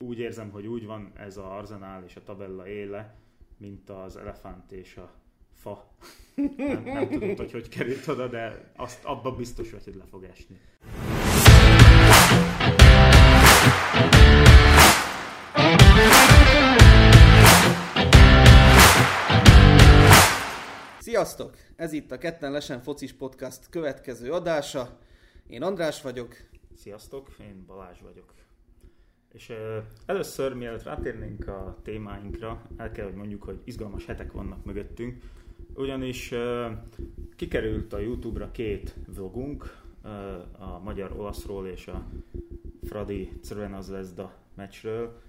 úgy érzem, hogy úgy van ez az Arsenal és a tabella éle, mint az elefánt és a fa. Nem tudom, hogy került oda, de abban biztos vagy, hogy le fog esni. Sziasztok! Ez itt a Ketten Lesen Focis Podcast következő adása. Én András vagyok. Sziasztok, én Balázs vagyok. És először, mielőtt rátérnénk a témáinkra, el kell, hogy mondjuk, hogy izgalmas hetek vannak mögöttünk. Ugyanis kikerült a YouTube-ra 2 vlogunk, a magyar-olaszról és a Fradi Crvena Zvezda meccsről.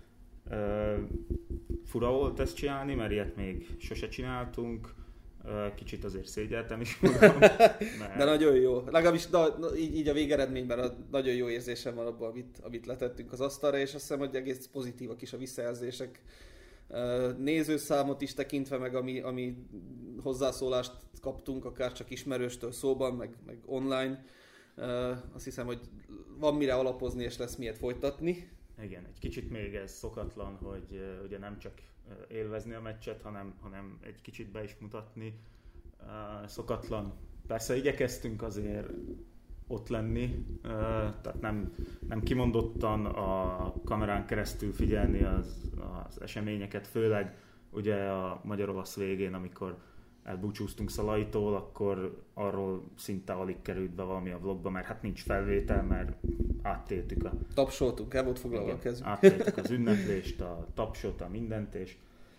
Fura volt ezt csinálni, mert ilyet még sose csináltunk. Kicsit azért szégyeltem is magam. De nagyon jó. Legalábbis így a végeredményben nagyon jó érzésem van abban, amit letettünk az asztalra, és azt hiszem, hogy egész pozitívak is a visszajelzések. Nézőszámot is tekintve, meg ami hozzászólást kaptunk, akár csak ismerőstől szóban, meg online. Azt hiszem, hogy van mire alapozni, és lesz miért folytatni. Igen, egy kicsit még ez szokatlan, hogy ugye nem csak élvezni a meccset, hanem egy kicsit be is mutatni. Szokatlan. Persze igyekeztünk azért ott lenni, tehát nem kimondottan a kamerán keresztül figyelni az eseményeket, főleg ugye a magyar-olasz végén, amikor elbúcsúztunk Szalaitól, akkor arról szinte alig került be valami a vlogba, mert hát nincs felvétel, mert áttéltük tapsoltunk, el volt foglalva a kezünk. Áttéltük az ünneplést, a tapsot, a mindent, és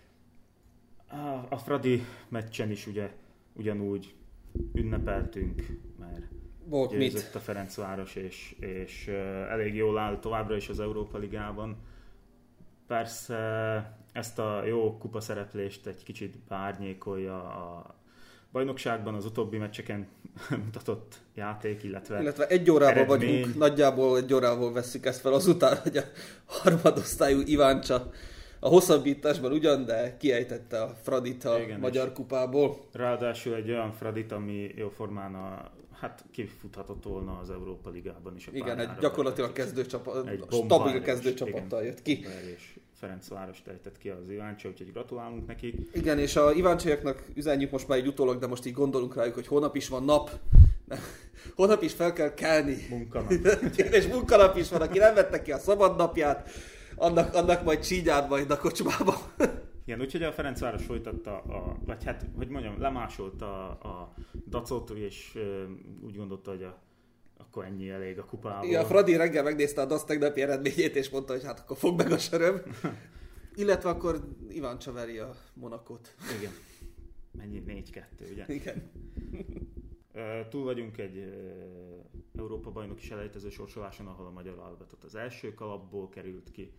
a Fradi meccsen is ugyanúgy ünnepeltünk, mert volt győzött a Ferencváros, és elég jól áll továbbra is az Európa Ligában. Persze ezt a jó kupaszereplést egy kicsit beárnyékolja a bajnokságban az utóbbi meccseken mutatott játék, illetve egy órával eredmény. Vagyunk, nagyjából egy órával vesszük ezt fel azután, hogy a harmadosztályú Iváncsa a hosszabbításban ugyan, de kiejtette a Fradit a Magyar Kupából. Ráadásul egy olyan Fradit, ami jóformán kifuthatott volna az Európa Ligában is. Igen, egy gyakorlatilag stabil kezdőcsapattal jött ki. És Ferencváros ejtett ki az Iváncsa, úgyhogy gratulálunk neki. Igen, és a Iváncsaiaknak üzenjük most már egy utólag, de most így gondolunk rájuk, hogy holnap is van nap. Holnap is fel kell kelni. Munkanap. És munkanap is van, aki nem vette ki a szabadnapját, annak majd csígyád majd a kocsmába. Igen, úgyhogy a Ferencváros folytatta, lemásolta a dacot, és úgy gondolta, hogy akkor ennyi elég a kupából. Igen, a Fradi reggel megnézte a DASZ tegnapi eredményét, és mondta, hogy hát akkor fog meg a söröm. Illetve akkor Iváncsa veri a Monakót. Igen. Mennyi? 4-2, ugye? Igen. Túl vagyunk egy Európa-bajnoki selejtező sorsoláson, ahol a magyar válogatott az első kalapból került ki.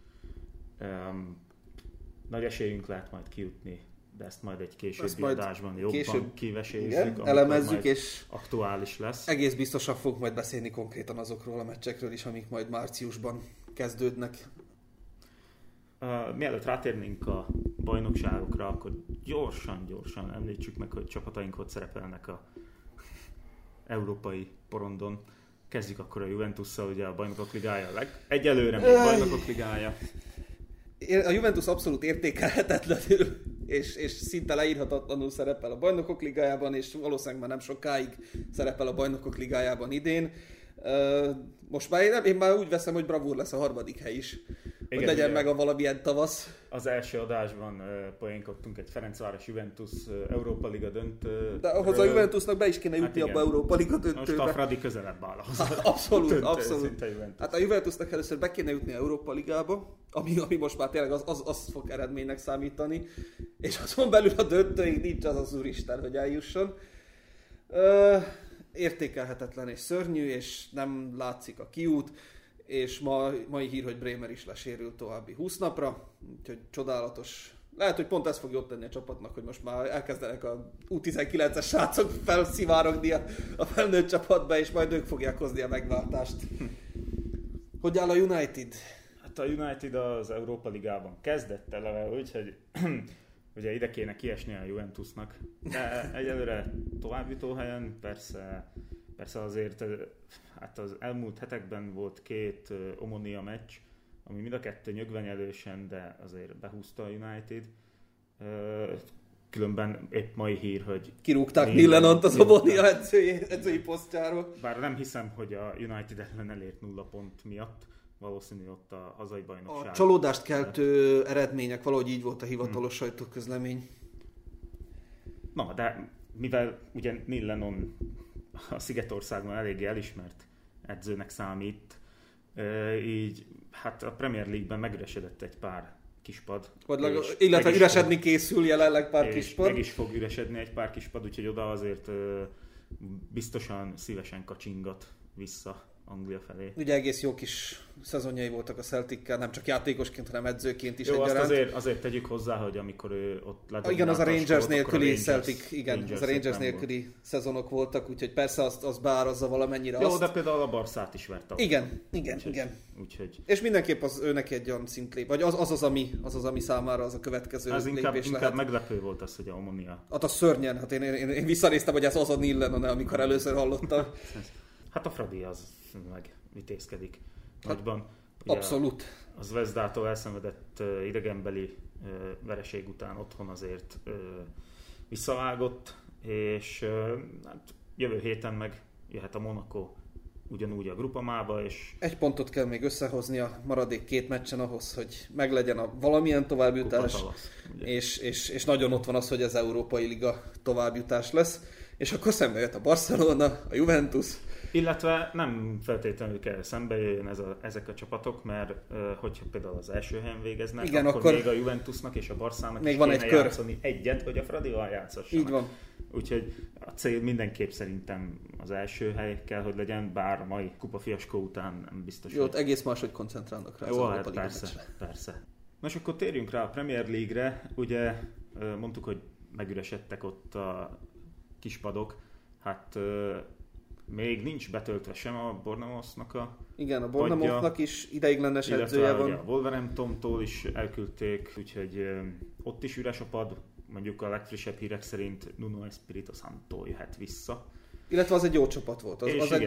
Nagy esélyünk lehet majd kijutni, de ezt majd egy későbbi adásban jobban kivesézzük, elemezzük, és aktuális lesz. Egész biztosan fogunk majd beszélni konkrétan azokról a meccsekről is, amik majd márciusban kezdődnek. Mielőtt rátérnénk a bajnokságokra, akkor gyorsan említsük meg, hogy csapataink ott szerepelnek a európai porondon. Kezdjük akkor a Juventusszal, ugye a Bajnokok Ligája egyelőre még Bajnokok Ligája. A Juventus abszolút értékelhetetlenül és szinte leírhatatlanul szerepel a Bajnokok Ligájában, és valószínűleg már nem sokáig szerepel a Bajnokok Ligájában idén. Most már én már úgy veszem, hogy bravúr lesz a harmadik hely is, igen, hogy legyen meg a valamilyen tavasz. Az első adásban poénkodtunk egy Ferencváros-Juventus Európa Liga döntő. De ahhoz a Juventusnak be is kéne jutni abba a Európa Liga döntőbe. Most a Fradi közelebb áll ahhoz. Abszolút. Hát a Juventusnak először be kéne jutni a Európa Ligába, ami most már tényleg az fog eredménynek számítani, és azon belül a döntőig nincs az úristen, hogy eljusson. Értékelhetetlen és szörnyű, és nem látszik a kiút, és mai hír, hogy Bremer is lesérült további 20 napra, úgyhogy csodálatos. Lehet, hogy pont ez fog jót tenni a csapatnak, hogy most már elkezdenek a U19-es srácok felszivárogni a felnőtt csapatba, és majd ők fogják hozni a megváltást. Hogy áll a United? Hát a United az Európa Ligában kezdett eleve, úgyhogy ugye ide kéne kiesni a Juventusnak. De egyelőre továbbjutó helyen, persze azért hát az elmúlt hetekben volt 2 Omonia meccs, ami mind a kettő nyögvenyelősen, de azért behúzta a United. Különben épp mai hír, hogy... Kirúgták Millenont az Omonia edzői posztjáról. Bár nem hiszem, hogy a United ellen elért 0 pont miatt. Valószínű ott a hazai bajnokság. A csalódást keltő eredmények, valahogy így volt a hivatalos sajtóközlemény. Na, de mivel ugye Millenon a Szigetországban eléggé elismert edzőnek számít, így hát a Premier League-ben megüresedett egy pár kispad. Illetve üresedni készül jelenleg pár kispad. Meg is fog üresedni egy pár kispad, úgyhogy oda azért biztosan szívesen kacsingat vissza Anglia felé. Ugye egész jó kis szezonjai voltak a Celtickel, nem csak játékosként, hanem edzőként is jó, egyaránt. Azt azért tegyük hozzá, hogy amikor ő ott ledominálta igen, az a Rangers nélküli Celtic, Rangers az a Rangers nélküli szezonok voltak, úgyhogy persze az beárazza valamennyire jó, azt. de például a Barszát is vert. Igen. Úgyhogy... És mindenképp az őnek egy olyan szintlép, vagy az, ami számára az a következő az lépés inkább lehet. Meglepő volt az, hogy a Omonia... Hát az szörnyen, hát én visszanéztem, hogy ez az a Nillen, amikor először hallottam. Hát a Fradi az meg vitézkedik nagyban. Ugye abszolút. Az Zvezdától elszenvedett idegenbeli vereség után otthon azért visszavágott, és hát jövő héten meg jöhet a Monaco ugyanúgy a grupamába, és... Egy pontot kell még összehozni a maradék 2 meccsen ahhoz, hogy meglegyen a valamilyen továbbjutás, és nagyon ott van az, hogy az Európai Liga továbbjutás lesz, és akkor szembe jött a Barcelona, a Juventus. Illetve nem feltétlenül kell szembe jöjjön ezek a csapatok, mert hogyha például az első helyen végeznek, igen, akkor még a Juventusnak és a Barszának még is van kéne egy kör. játszani egyet, hogy a Fradival játszassanak. Így van. Úgyhogy a cél mindenképp szerintem az első hely kell, hogy legyen, bár a mai kupafiaskó után nem biztos. Jó, egész máshogy koncentrálnak rá. Jó, hát persze. Nos, akkor térjünk rá a Premier League-re. Ugye mondtuk, hogy megüresedtek ott a kispadok. Hát még nincs betöltve sem a Bournemouthnak a igen, a Bournemouthnak is ideiglenes edzője van. A Wolverhamptontól is elküldték, úgyhogy ott is üres a pad. Mondjuk a legfrissebb hírek szerint Nuno Espirito Santo jöhet vissza. Illetve az egy jó csapat volt.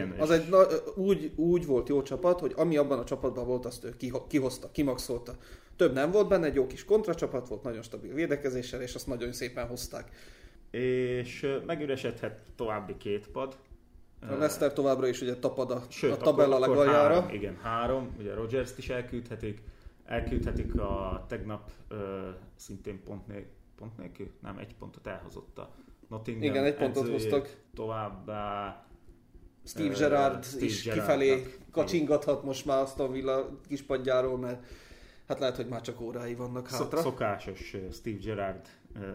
Úgy volt jó csapat, hogy ami abban a csapatban volt, azt ő kihozta, kimaxolta. Több nem volt benne, egy jó kis kontracsapat volt, nagyon stabil védekezéssel, és azt nagyon szépen hozták. És megüresedhet további 2 pad. A Leicester továbbra is ugye tapad a tabella legaljára. Három. Ugye Rodgers-t is elküldhetik a tegnap szintén pont nélkül? Nem, 1 pontot elhozott a Nottingham. Igen, 1 pontot hoztak. Továbbá Steve Gerrard is kifelé kacsingathat most már Aston Villa kispadjáról, mert hát lehet, hogy már csak órái vannak hátra. Szokásos Steve Gerrard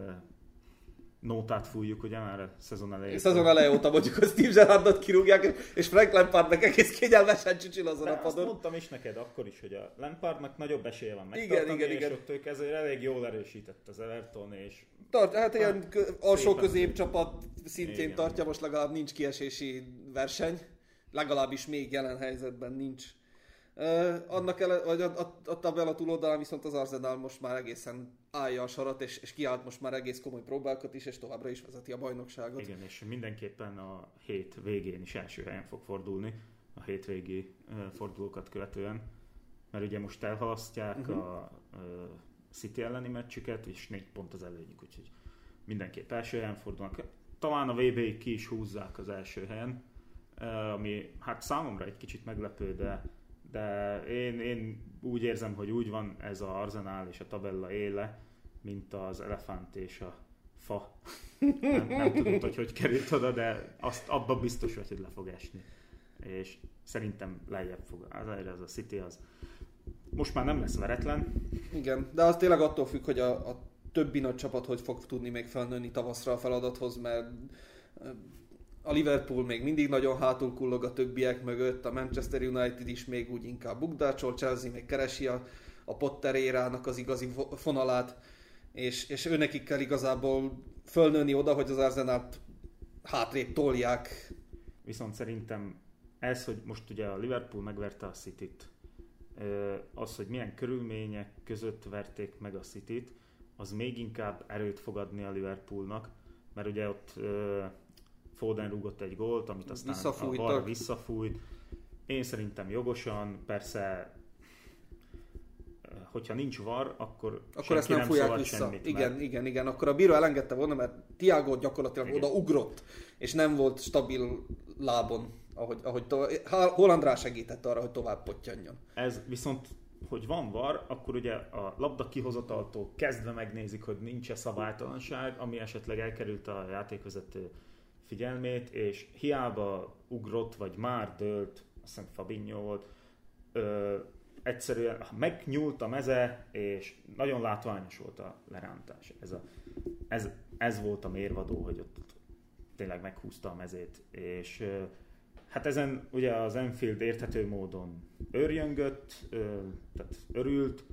nótát fújjuk, ugye már a szezon elején. Szezon eleje óta mondjuk, hogy Steve Gerrardot kirúgják, és Frank Lampardnak egész kényelmesen csücsil azon a padon. Azt mondtam is neked akkor is, hogy a Lampardnak nagyobb esélye van megtartani, és ott ők ezért elég jól erősített az Everton, és... Hát ilyen alsó középcsapat szintjén tartja, most legalább nincs kiesési verseny, legalábbis még jelen helyzetben nincs. A tabella túloldalán viszont az Arsenal most már egészen állja a sarat, és kiállt most már egész komoly próbákat is, és továbbra is vezeti a bajnokságot. Igen, és mindenképpen a hét végén is első helyen fog fordulni, a hétvégi fordulókat követően, mert ugye most elhalasztják a City elleni meccsüket, és 4 pont az előnyük, úgyhogy mindenképp első helyen fordulnak. Talán a VB-ig ki is húzzák az első helyen, ami hát számomra egy kicsit meglepő, de én úgy érzem, hogy úgy van ez az Arsenal és a tabella éle, mint az elefánt és a fa. Nem tudom, hogy került oda, de abban biztos vagy, hogy le fog esni. És szerintem lejjebb fog. Az a City az most már nem lesz veretlen. Igen, de az tényleg attól függ, hogy a többi nagy csapat hogy fog tudni még felnőni tavaszra a feladathoz, mert a Liverpool még mindig nagyon hátul kullog a többiek mögött, a Manchester United is még úgy inkább bukdácsol, Chelsea még keresi a Potter érának az igazi fonalát, és őnekik kell igazából fölnőni oda, hogy az Arsenalt hátrébb tolják. Viszont szerintem ez, hogy most ugye a Liverpool megverte a Cityt, az, hogy milyen körülmények között verték meg a Cityt, az még inkább erőt fog adni a Liverpoolnak, mert ugye ott Foden rúgott egy gólt, amit aztán a VAR visszafújt. Én szerintem jogosan, persze hogyha nincs VAR, akkor ezt nem fújják vissza. Semmit, Igen. Akkor a bíró elengedte volna, mert Thiago gyakorlatilag oda ugrott, és nem volt stabil lábon, ahogy Haaland rá segített arra, hogy tovább pottyanjon. Ez viszont, hogy van VAR, akkor ugye a labda kihozataltól kezdve megnézik, hogy nincs-e szabálytalanság, ami esetleg elkerült a játékvezető figyelmét, és hiába ugrott, vagy már dőlt, azt hiszem Fabinho volt, egyszerűen megnyúlt a meze, és nagyon látványos volt a lerántás. Ez volt a mérvadó, hogy ott tényleg meghúzta a mezét, és hát ezen ugye az Anfield érthető módon őrjöngött, tehát örült.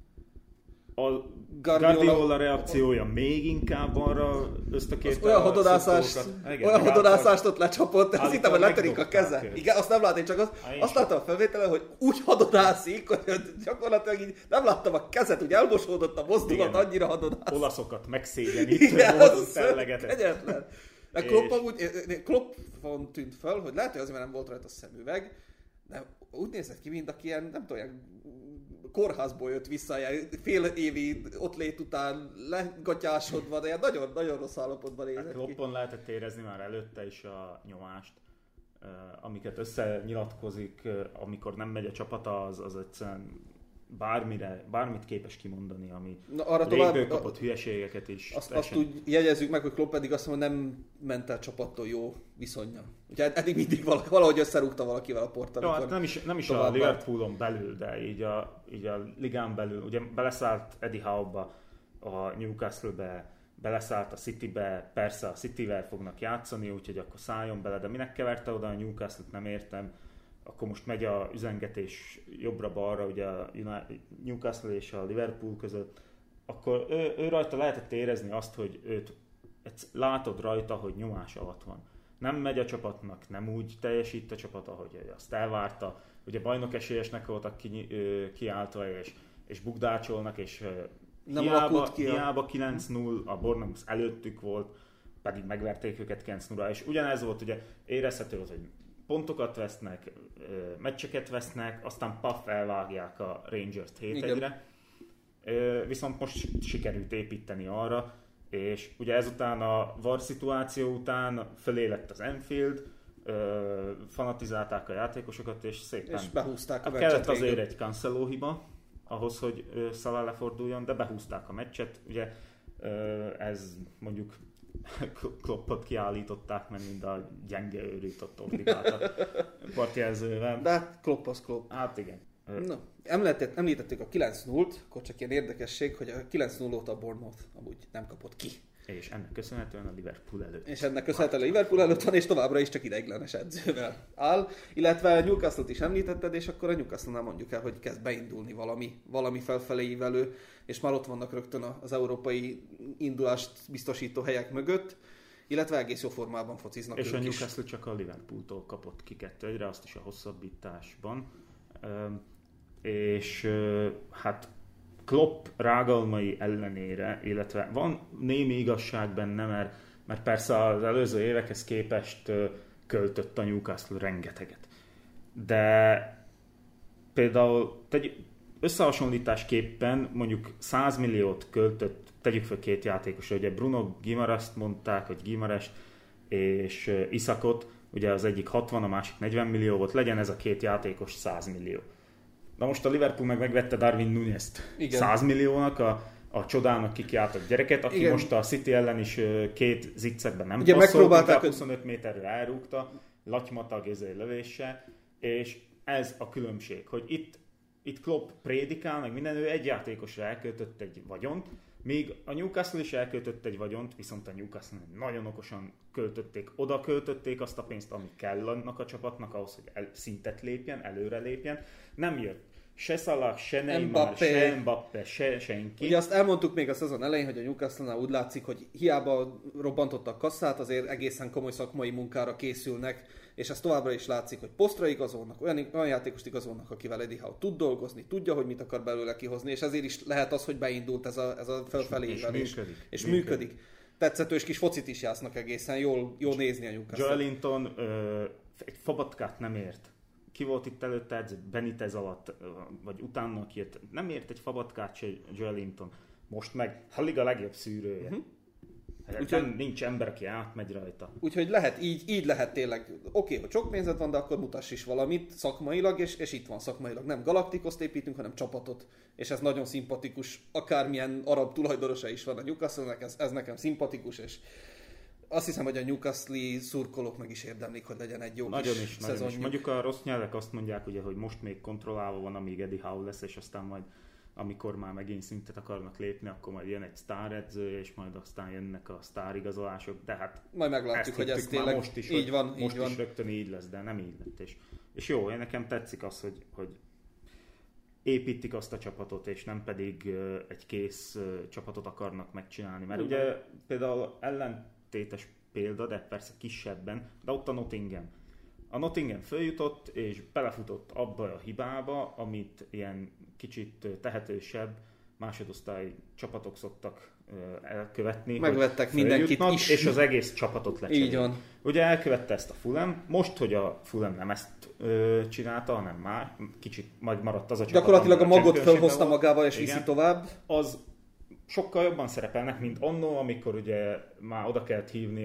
A Guardiola reakciója még inkább arra ösztökélte olyan hadonászást ott lecsapott, azt hittem, hogy leterik a keze. Igen, azt nem látni, csak azt láttam a felvételen, hogy úgy hadonászik, hogy gyakorlatilag így nem láttam a kezet, úgy elmosódott a mozdulat, annyira hadonász. Olaszokat megszégyenítő módon fellegetett. Kegyetlen. De Kloppon tűnt fel, hogy lehet, hogy azért, mert nem volt rajta a szemüveg, de úgy nézett ki, mint aki ilyen, nem tudom, ilyen kórházból jött vissza, ilyen fél évi ott lét után legatyásodva, de ilyen nagyon rossz állapotban nézett ki. Kloppon lehetett érezni már előtte is a nyomást, amiket összenyilatkozik, amikor nem megy a csapata, az egyszerűen bármit képes kimondani, ami légből kapott hülyeségeket is. Azt úgy jegyezzük meg, hogy Klopp pedig azt mondja, hogy nem ment el csapattól jó viszonyja. Úgyhogy eddig mindig valahogy összerúgta valakivel a port, amikor hát nem is a Liverpoolon belül, de így a ligán belül. Ugye beleszállt Eddie Howe-ba, a Newcastle-be, beleszállt a City-be, persze a City-vel fognak játszani, úgyhogy akkor szálljon bele, de minek keverte oda a Newcastle-t, nem értem. Akkor most megy a üzengetés jobbra-balra, ugye a Newcastle és a Liverpool között, akkor ő rajta lehetett érezni azt, hogy őt látod rajta, hogy nyomás alatt van. Nem megy a csapatnak, nem úgy teljesít a csapat, ahogy azt elvárta. Ugye bajnok esélyesnek voltak kiáltva, és bukdácsolnak, és hiába 9-0, a Bournemouth előttük volt, pedig megverték őket 9-0-ra, és ugyanez volt, ugye érezhető volt, hogy pontokat vesznek, meccseket vesznek, aztán elvágják a Rangers-t 7-1-re. Viszont most sikerült építeni arra, és ugye ezután a VAR szituáció után fölé lett az Anfield, fanatizálták a játékosokat, és szépen... És behúzták a meccset. Kellett azért egy Cancelo hiba, ahhoz, hogy Salah leforduljon, de behúzták a meccset. Ugye ez mondjuk Kloppot kiállították, mert mind a gyenge őrült ott obligát a partjelzővel. De Klopp az Klopp. Hát igen. No, említettük a 9-0-t, akkor csak ilyen érdekesség, hogy a 9-0 óta a Bournemouth amúgy nem kapott ki. És ennek köszönhetően a Liverpool előtt. És ennek köszönhetően a Liverpool előtt van, és továbbra is csak ideiglenes edzővel áll. Illetve a Newcastle-t is említetted, és akkor a Newcastle-nál mondjuk el, hogy kezd beindulni valami felfelé ívelő, és már ott vannak rögtön az európai indulást biztosító helyek mögött, illetve egész jó formában fociznak és ők a is. Newcastle csak a Liverpooltól kapott ki 2-1-re, azt is a hosszabbításban. És hát Klopp rágalmai ellenére, illetve van némi igazság benne, mert persze az előző évekhez képest költött a Newcastle rengeteget. De például összehasonlításképpen mondjuk 100 milliót költött, tegyük fel két játékosra, ugye Bruno Guimaraes-t mondták, vagy Guimaraes és Isakot, ugye az egyik 60, a másik 40 millió volt, legyen ez a két játékos 100 millió. Na most a Liverpool megvette Darwin Núñezt 100 milliónak, a csodának kikiáltott gyereket, aki most a City ellen is két zicserben nem passzolt, inkább 25 méterre elrúgta, latymatag lövéssel, és ez a különbség, hogy itt Klopp prédikál, meg minden, ő egy játékosra elköltött egy vagyont, míg a Newcastle is elköltött egy vagyont, viszont a Newcastle nagyon okosan oda költötték azt a pénzt, ami kell annak a csapatnak ahhoz, hogy szintet lépjen, előre lépjen. Nem jött se Salah, se Neymar, se Mbappé, se senki. Ugye azt elmondtuk még a szezon elején, hogy a Newcastle-nál úgy látszik, hogy hiába robbantottak kasszát, azért egészen komoly szakmai munkára készülnek, és ez továbbra is látszik, hogy posztra igazolnak, olyan játékost igazolnak, akivel Eddie Howe tud dolgozni, tudja, hogy mit akar belőle kihozni, és ezért is lehet az, hogy beindult ez a felfelé ívelés. És működik. Tetszetős kis focit is játsznak egészen, jól nézni a Newcastle. Joelinton egy fabatkát nem ért. ki volt itt előtte edző, Benitez alatt, vagy utána kijött, nem ért egy fabatkát se Joelinton. Most meg a liga legjobb szűrője. Úgyhogy nincs ember, aki átmegy rajta. Úgyhogy lehet, így lehet tényleg. Oké, hogy sok pénzed van, de akkor mutass is valamit szakmailag, és itt van szakmailag. Nem Galacticoszt építünk, hanem csapatot. És ez nagyon szimpatikus. Akármilyen arab tulajdonosa is van a Newcastle-nek, ez nekem szimpatikus, és azt hiszem, hogy a Newcastle-i szurkolók meg is érdemlik, hogy legyen egy jó nagyon kis is, szezonjuk. nagyon is. Mondjuk a rossz nyelvek azt mondják, ugye, hogy most még kontrollálva van, amíg Eddie Howe lesz, és aztán majd amikor már megint szintet akarnak lépni, akkor majd jön egy sztáredző, és majd aztán jönnek a sztárigazolások, de hát majd meglátjuk, hogy ez tényleg most is, így van. Most is rögtön így lesz, de nem így lett. És jó, nekem tetszik az, hogy építik azt a csapatot, és nem pedig egy kész csapatot akarnak megcsinálni. Mert ugye például ellentétes példa, de persze kisebben, de ott a Nottingham. A Nottingham följutott, és belefutott abba a hibába, amit ilyen kicsit tehetősebb másodosztály csapatok szoktak elkövetni. Megvettek mindenkit is. És az egész csapatot lecserélik. Így van. Ugye elkövette ezt a Fulham, most, hogy a Fulham nem ezt csinálta, hanem már kicsit majd maradt az a csapat. Gyakorlatilag a magot felhozta magával, és viszi tovább. Az sokkal jobban szerepelnek, mint annó, amikor ugye már oda kellett hívni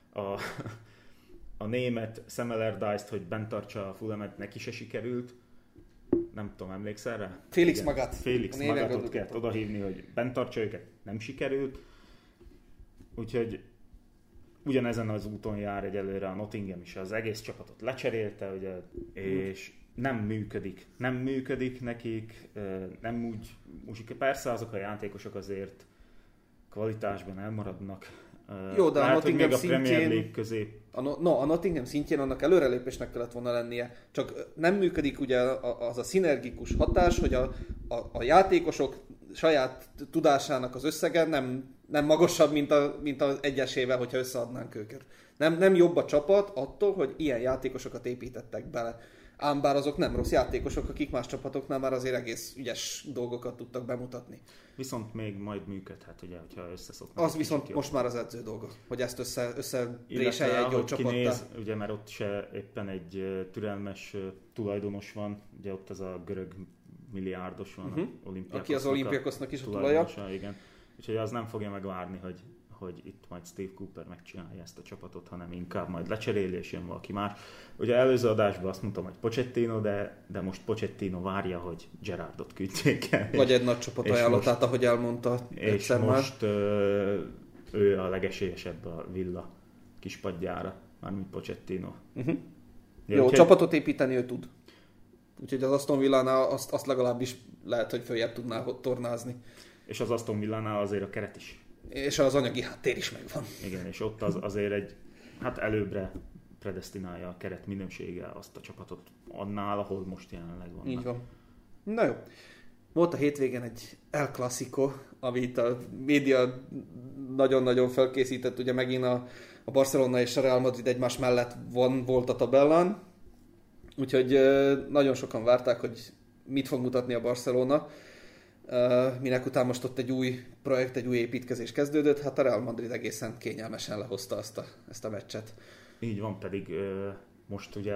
a német Sam Allardyce-t, hogy bent tartsa a Fulhamet, neki se sikerült. Nem tudom, emlékszel rá? Felix Magath. Felix Magathot kellett odahívni, hogy bent tartsa őket, nem sikerült. Úgyhogy ugyanezen az úton jár egyelőre a Nottingham is, az egész csapatot lecserélte, ugye, és nem működik nekik, nem úgy, persze azok a játékosok azért kvalitásban elmaradnak. Jó, de lehet, a Nottingham hogy még a Premier League közé. A Nottingham szintjén annak előrelépésnek kellett volna lennie. Csak nem működik ugye az a szinergikus hatás, hogy a játékosok saját tudásának az összege nem magasabb, mint az egyesével, hogyha összeadnánk őket. Nem jobb a csapat attól, hogy ilyen játékosokat építettek bele. Ám bár azok nem rossz játékosok, akik más csapatoknál már azért egész ügyes dolgokat tudtak bemutatni. Viszont még majd működhet, ugye, hogyha összeszoknak. Az viszont most már az edző dolga, hogy ezt összepréselje egy jó csapattá. Ugye, mert ott se éppen egy türelmes tulajdonos van, ugye ott az a görög milliárdos van, aki az Olympiakosnak is a tulaja. Igen. Úgyhogy az nem fogja megvárni, hogy itt majd Steve Cooper megcsinálja ezt a csapatot, hanem inkább majd lecseréli, és jön valaki más. Ugye előző adásban azt mondtam, hogy Pochettino, de most Pochettino várja, hogy Gerrardot küldjék el. Vagy egy nagy csapat ajánlatát, ahogy elmondta. És most ő a legesélyesebb a Villa kispadjára, mármint Pochettino. Jó, csapatot építeni ő tud. Úgyhogy az Aston Villánál azt legalábbis lehet, hogy följebb tudná tornázni. És az Aston Villánál azért a keret is. És az anyagi háttér is megvan. Igen, és ott azért előbbre predesztinálja a keret minősége azt a csapatot annál, ahol most jelenleg van. Így van. Na jó. Volt a hétvégen egy El Clásico, amit a média nagyon-nagyon felkészített. Ugye megint a Barcelona és a Real Madrid egymás mellett volt a tabellán. Úgyhogy nagyon sokan várták, hogy mit fog mutatni a Barcelona. Minek után most ott egy új projekt, egy új építkezés kezdődött, hát a Real Madrid egészen kényelmesen lehozta ezt a meccset. Így van, pedig most ugye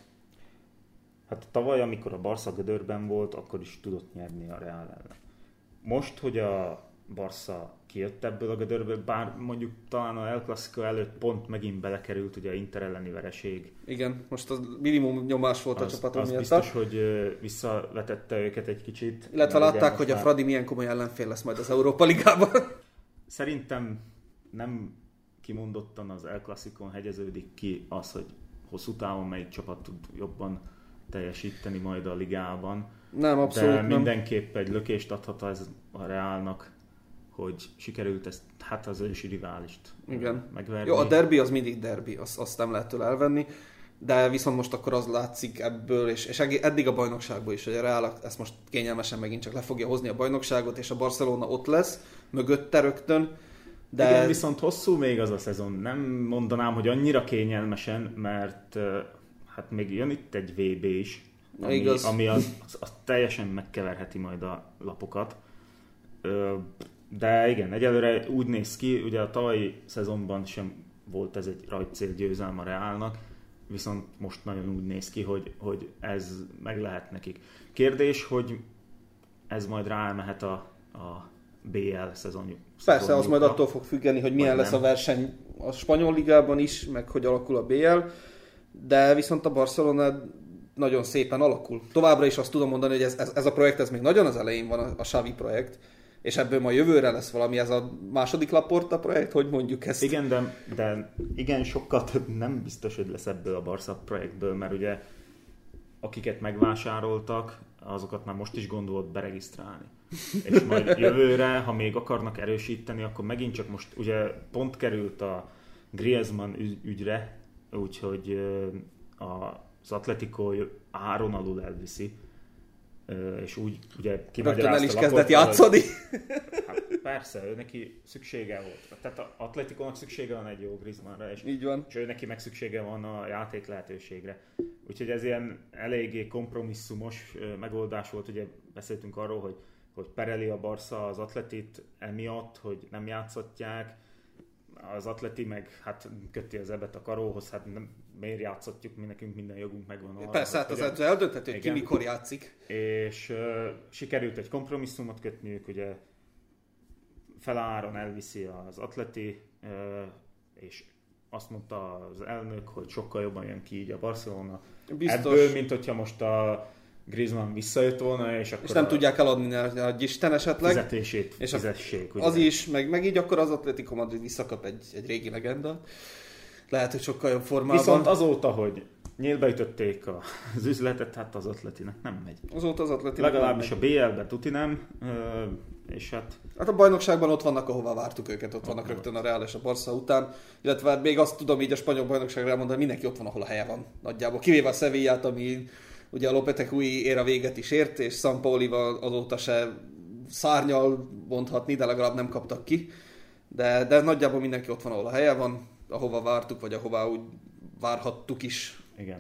hát tavaly, amikor a Barca gödörben volt, akkor is tudott nyerni a Real ellen. Most, hogy a Barca kijött ebből a gödörből, bár mondjuk talán a El Clásico előtt pont megint belekerült ugye a Inter elleni vereség. Igen, most az minimum nyomás volt a csapaton miatt. Az biztos, hogy visszavetette őket egy kicsit. Illetve látták, hogy a Fradi milyen komoly ellenfél lesz majd az Európa Ligában. Szerintem nem kimondottan az El Clásicón hegyeződik ki az, hogy hosszú távon melyik csapat tud jobban teljesíteni majd a ligában. Nem, abszolút de nem. Mindenképp egy lökést adhat ez a Reálnak, hogy sikerült ezt, hát az ősi riválist megverni. Jó, a derbi az mindig derbi, azt nem lehet tőle elvenni, de viszont most akkor az látszik ebből, és eddig a bajnokságból is, hogy a Real ezt most kényelmesen megint csak le fogja hozni a bajnokságot, és a Barcelona ott lesz, mögötte rögtön. De... Igen, viszont hosszú még az a szezon. Nem mondanám, hogy annyira kényelmesen, mert hát még jön itt egy VB is, ami az teljesen megkeverheti majd a lapokat. De igen, egyelőre úgy néz ki, ugye a tavalyi szezonban sem volt ez egy rajtcél győzelme a Reálnak, viszont most nagyon úgy néz ki, hogy ez meg lehet nekik. Kérdés, hogy ez majd rámehet a BL szezonjuk. Persze, az majd attól fog függeni, hogy milyen lesz a verseny a spanyol ligában is, meg hogy alakul a BL, de viszont a Barcelona nagyon szépen alakul. Továbbra is azt tudom mondani, hogy ez a projekt, ez még nagyon az elején van, a Xavi projekt, és ebből ma jövőre lesz valami, ez a második Laporta projekt, hogy mondjuk ezt? Igen, de igen, sokkal több nem biztos, hogy lesz ebből a Barca projektből, mert ugye akiket megvásároltak, azokat már most is gondolod beregisztrálni. És majd jövőre, ha még akarnak erősíteni, akkor megint csak most ugye pont került a Griezmann ügyre, úgyhogy az Atletico áron alul elviszi, és úgy ugye rögtön el is kezdett játszani. Hát persze, ő neki szüksége volt. Tehát az Atletikónak szüksége van egy jó Griezmannra, és ő neki meg szüksége van a játék lehetőségre. Úgyhogy ez ilyen eléggé kompromisszumos megoldás volt, ugye beszéltünk arról, hogy pereli a Barca az Atletit emiatt, hogy nem játszatják, az Atleti meg hát köti az ebet a karóhoz, hát miért játszatjuk, mi nekünk minden jogunk megvan arra. Persze, hát az eldönthető, hogy ki mikor játszik. És sikerült egy kompromisszumot kötniük, ugye feláron elviszi az Atleti, és azt mondta az elnök, hogy sokkal jobban jön ki így a Barcelona. Biztos. Ebből, mint hogyha most a Griezmann visszajött volna, és akkor nem tudják eladni a Isten esetleg. Fizetését és fizessék. Az is, meg így akkor az Atletico Madrid visszakap egy régi legenda. Lehet, hogy sokkal jobb formában. Viszont azóta, hogy nyílbeütötték az üzletet, hát az Atletinek nem megy. Azóta az Atletinek legalábbis a BL-ben tuti nem, és hát a bajnokságban ott vannak, ahová vártuk őket, ott vannak rögtön a Real és a Barca után. Illetve még azt tudom így a spanyol bajnokságra elmondani, mindenki ott van, ahol a helye van nagyjából. Kivéve a Sevillát, ami ugye a Lopetegui éra véget is ért, és Sampaolival azóta se szárnyal mondhatni, de legalább nem kaptak ki. De nagyjából mindenki ott van, ahol a helye van, ahova vártuk, vagy ahová úgy várhattuk is. Igen.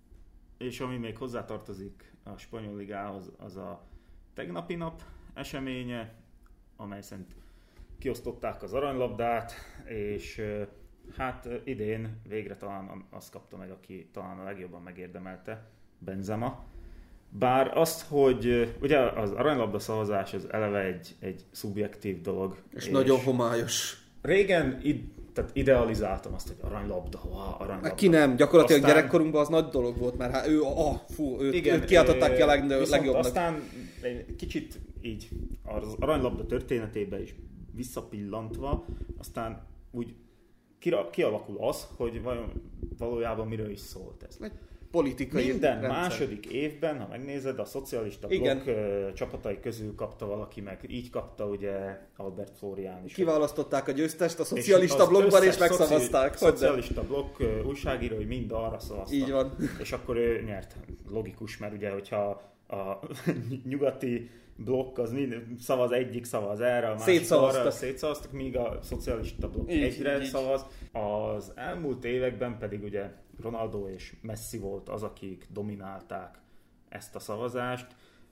És ami még hozzátartozik a spanyol ligához, az a tegnapi nap eseménye, amely szerint kiosztották az aranylabdát, és hát idén végre talán azt kapta meg, aki talán a legjobban megérdemelte, Benzema. Bár azt, hogy ugye az aranylabda szavazás az eleve egy szubjektív dolog. És nagyon homályos. Régen tehát idealizáltam azt, hogy aranylabda. Ki nem, gyakorlatilag gyerekkorunkban az nagy dolog volt, mert hát őt kiáltották ki a legjobbnak. Aztán egy kicsit így az aranylabda történetébe is visszapillantva, aztán úgy kialakul az, hogy valójában miről is szólt ez. Politikai minden rendszer. Második évben, ha megnézed, a szocialista blokk csapatai közül kapta valaki meg. Így kapta ugye Albert Florian is. Kiválasztották a győztest a szocialista blokkban, és megszavazták. Szocialista blokk újságírói mind arra szavaztak. Így van. És akkor ő nyert. Logikus, mert ugye, hogyha a nyugati blokk az szavaz egyik, szavaz erre, a másik arra, szétszavaztak, míg a szocialista blokk egyre szavaz. Az elmúlt években pedig ugye Ronaldo és Messi volt az, akik dominálták ezt a szavazást.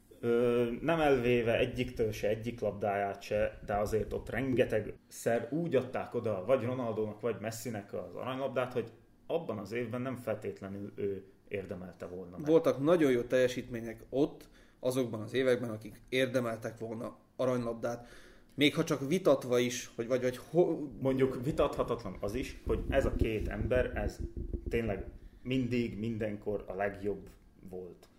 Nem elvéve egyiktől se, egyik labdáját se, de azért ott rengetegszer úgy adták oda vagy Ronaldónak, vagy Messinek az aranylabdát, hogy abban az évben nem feltétlenül ő érdemelte volna meg. Voltak nagyon jó teljesítmények ott, azokban az években, akik érdemeltek volna aranylabdát. Még ha csak vitatva is, mondjuk vitathatatlan az is, hogy ez a két ember, ez tényleg mindig, mindenkor a legjobb volt.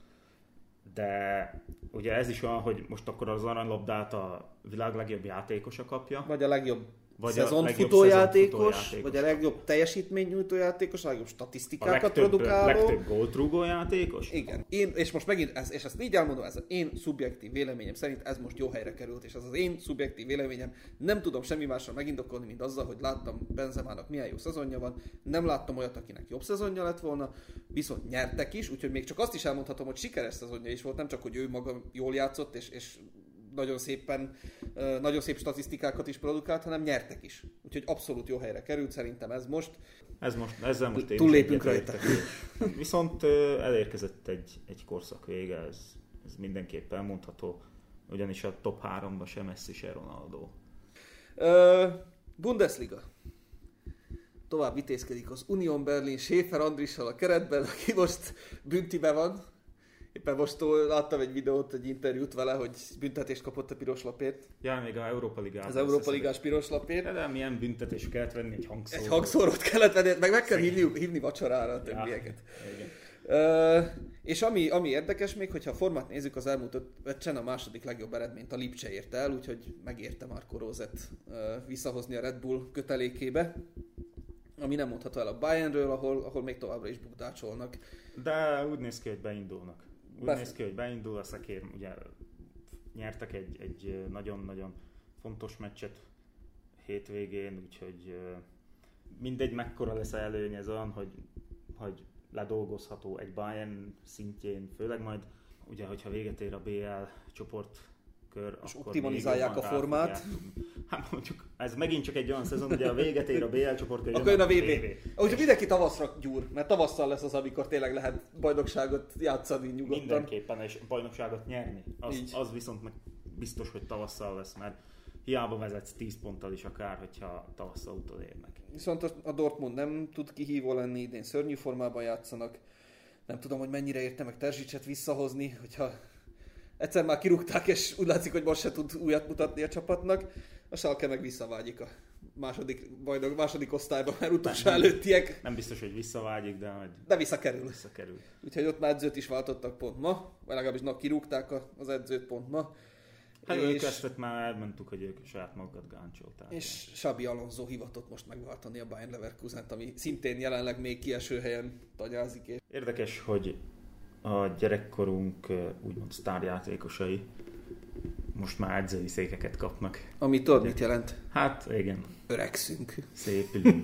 De ugye ez is olyan, hogy most akkor az aranylabdát a világ legjobb játékosa kapja. Vagy a legjobb szezonfutójátékos, vagy a legjobb teljesítménynyújtó játékos, a legjobb statisztikákat produkáló. Legtöbb góltrúgó játékos. Igen. És most megint, és ezt így elmondom, ez az én szubjektív véleményem szerint ez most jó helyre került, és ez az én szubjektív véleményem, nem tudom semmi másra megindokolni, mint azzal, hogy láttam Benzemának milyen jó szezonja van, nem láttam olyat, akinek jobb szezonja lett volna, viszont nyertek is, úgyhogy még csak azt is elmondhatom, hogy sikeres szezonja is volt, nem csak, hogy ő maga jól játszott, és nagyon szép statisztikákat is produkált, hanem nyertek is. Úgyhogy abszolút jó helyre került, szerintem ez most. Ezzel most túllépünk rajta. Viszont elérkezett egy korszak vége, ez mindenképp elmondható, ugyanis a top 3-ba sem Messi, se Ronaldo. Bundesliga. tovább vitézkedik az Union Berlin Schäfer Andrissal a keretben, aki most büntibe van. Éppen most láttam egy videót, egy interjút vele, hogy büntetést kapott a piros lapért. Ja, még a Európa Ligában. Az Európa Ligás piros lapért. De milyen büntetés kellett venni, egy hangszórót. Egy hangszórót kellett venni, meg kell hívni vacsorára a többieket. És ami érdekes még, hogyha a formát nézzük, az elmúlt 5 meccsen a második legjobb eredményt a Lipcse érte el, úgyhogy megérte Marco Roset visszahozni a Red Bull kötelékébe. Ami nem mondható el a Bayernről, ahol még továbbra is bukdácsolnak. De úgy néz ki, hogy beindulnak. Néz ki, hogy beindul, a Szekér ugye nyertek egy nagyon-nagyon fontos meccset hétvégén, úgyhogy mindegy mekkora lesz előny, ez olyan, hogy ledolgozható egy Bayern szintjén, főleg majd ugye, hogyha véget ér a BL csoportkör, és akkor optimalizálják a formát. Hát mondjuk, ez megint csak egy olyan szezon, ugye a véget ér a BL csoportkör, akkor jön a VB. Úgyhogy mindenki tavaszra gyúr, mert tavasszal lesz az, amikor tényleg lehet bajnokságot játszani nyugodtan. Mindenképpen, és bajnokságot nyerni. Az viszont meg biztos, hogy tavasszal lesz, mert hiába vezetsz 10 ponttal is akár, hogyha tavasszal utolérnek. Viszont a Dortmund nem tud kihívó lenni, idén szörnyű formában játszanak. Nem tudom, hogy mennyire érte meg Terzsicset visszahozni, hogyha egyszer már kirúgták, és úgy látszik, hogy most se tud újat mutatni a csapatnak. A Schalke meg visszavágyik a második osztályban, mert utolsó előttiek. Nem biztos, hogy visszavágyik, de visszakerül. Úgyhogy ott már edzőt is váltottak pont ma, vagy legalábbis kirúgták az edzőt pont ma. Hát ők ezt már elmondtuk, hogy ők saját magukat gáncsolták. És Xabi Alonso hivatott most megváltani a Bayern Leverkusent, ami szintén jelenleg még kieső helyen tagyázik. Érdekes, hogy a gyerekkorunk úgymond sztárjátékosai most már edzői székeket kapnak. Ami tudod, mit jelent? Hát igen. Öregszünk. Szépülünk.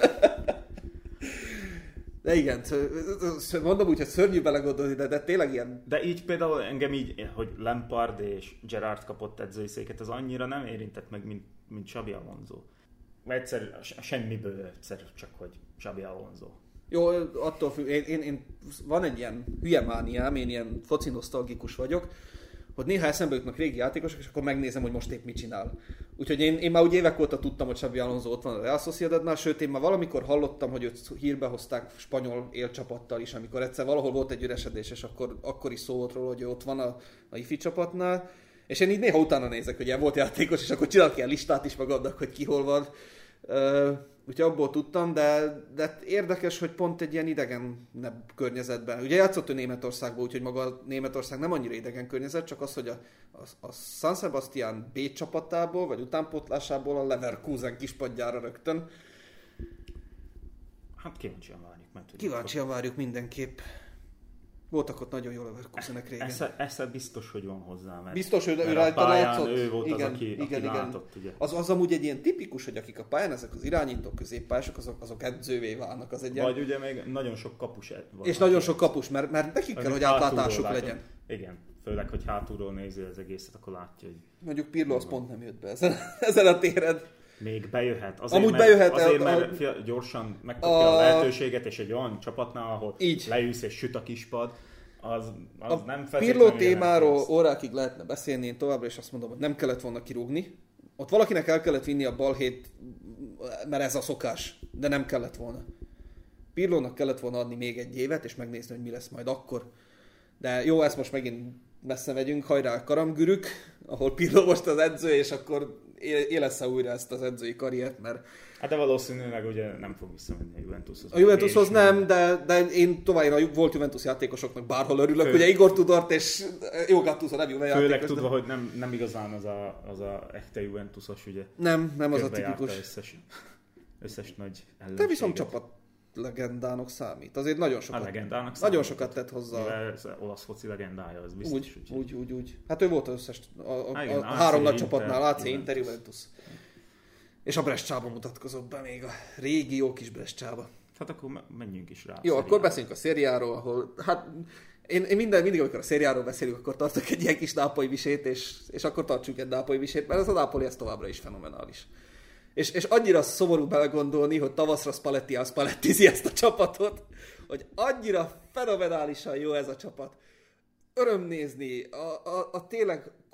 De igen, mondom úgy, hogy szörnyű belegondolni, de tényleg ilyen... De így például engem így, hogy Lampard és Gerrard kapott edzői széket, az annyira nem érintett meg, mint Xabi Alonso. Egyszer semmiből csak, hogy Xabi Alonso. Jó, attól függ, én van egy ilyen hülye mániám, én ilyen foci nosztalgikus vagyok, hogy néha eszembe jutnak régi játékosok, és akkor megnézem, hogy most épp mit csinál. Úgyhogy én már úgy évek óta tudtam, hogy Xabi Alonso ott van a Real Sociedadnál, sőt én már valamikor hallottam, hogy őt hírbe hozták spanyol élcsapattal is, amikor egyszer valahol volt egy üresedés, és akkor is szó volt róla, hogy ő ott van a IFI csapatnál. És én így néha utána nézek, hogy ilyen volt játékos, és akkor csinálok ilyen listát is magamnak, hogy ki hol van. Úgyhogy abból tudtam, de érdekes, hogy pont egy ilyen idegenebb környezetben. Ugye játszott ő Németországban, úgyhogy maga Németország nem annyira idegen környezet, csak az, hogy a San Sebastián B csapatából, vagy utánpótlásából a Leverkusen kispadjára rögtön. Hát kíváncsian várjuk. Kíváncsian várjuk mindenképp. Voltak ott nagyon jó Leverkusenek régen. Esze biztos, hogy van hozzá. Biztos, hogy ő rajta látszott. Ő volt igen, az, aki látott. Ugye. Az amúgy egy ilyen tipikus, hogy akik a pályán, ezek az irányítók, középpályások, azok edzővé válnak. Az egy vagy ugye még nagyon sok kapus van. És nagyon sok kapus, mert nekik kell, hogy átlátásuk legyen. Igen, főleg, hogy hátulról nézi az egészet, akkor látja, hogy... Mondjuk Pirlo az pont nem jött be ezen a téren. Még bejöhet. Azért, mert gyorsan megkapja a lehetőséget, és egy olyan csapatnál, ahol így leülsz és süt a kispad, az nem feltétlenül... Pirlo témáról órákig lehetne beszélni, én továbbra is azt mondom, hogy nem kellett volna kirúgni. Ott valakinek el kellett vinni a balhét, mert ez a szokás, de nem kellett volna. Pirlónak kellett volna adni még egy évet, és megnézni, hogy mi lesz majd akkor. De jó, ezt most megint messze megyünk, hajrá Karamgürük, ahol Pirlo most az edző, és akkor élesse újra ezt az edzői karriert, mert... Hát de valószínűleg ugye nem fog visszamenni a Juventushoz. A Juventushoz nem, de én továbbra volt Juventus játékosoknak bárhol örülök. Ugye Igor Tudort és jó Gattuso nem Juve játékos. Főleg tudva, hogy nem igazán az a echte Juventusos, ugye. Nem az a tipikus. Összes nagy ellenséget. De viszont csapat legendának számít. Azért nagyon sokat tett hozzá. Az olasz foci legendája, az biztos. Úgy. Hát ő volt az összes a három nagy csapatnál, AC, Inter, Juventus. És a Bresciában mutatkozott be még a régi jó kis Bresciába. Hát akkor menjünk is rá. Jó, akkor beszéljünk a szériáról, ahol hát én mindig, amikor a szériáról beszélünk, akkor tartok egy ilyen kis nápolyi visét, és akkor tartsunk egy nápolyi visét, mert ez a Napoli ez továbbra is fenomenális. És annyira szomorú belegondolni, hogy tavaszra Spallettizi ezt a csapatot, hogy annyira fenomenálisan jó ez a csapat. Öröm nézni, a tényleg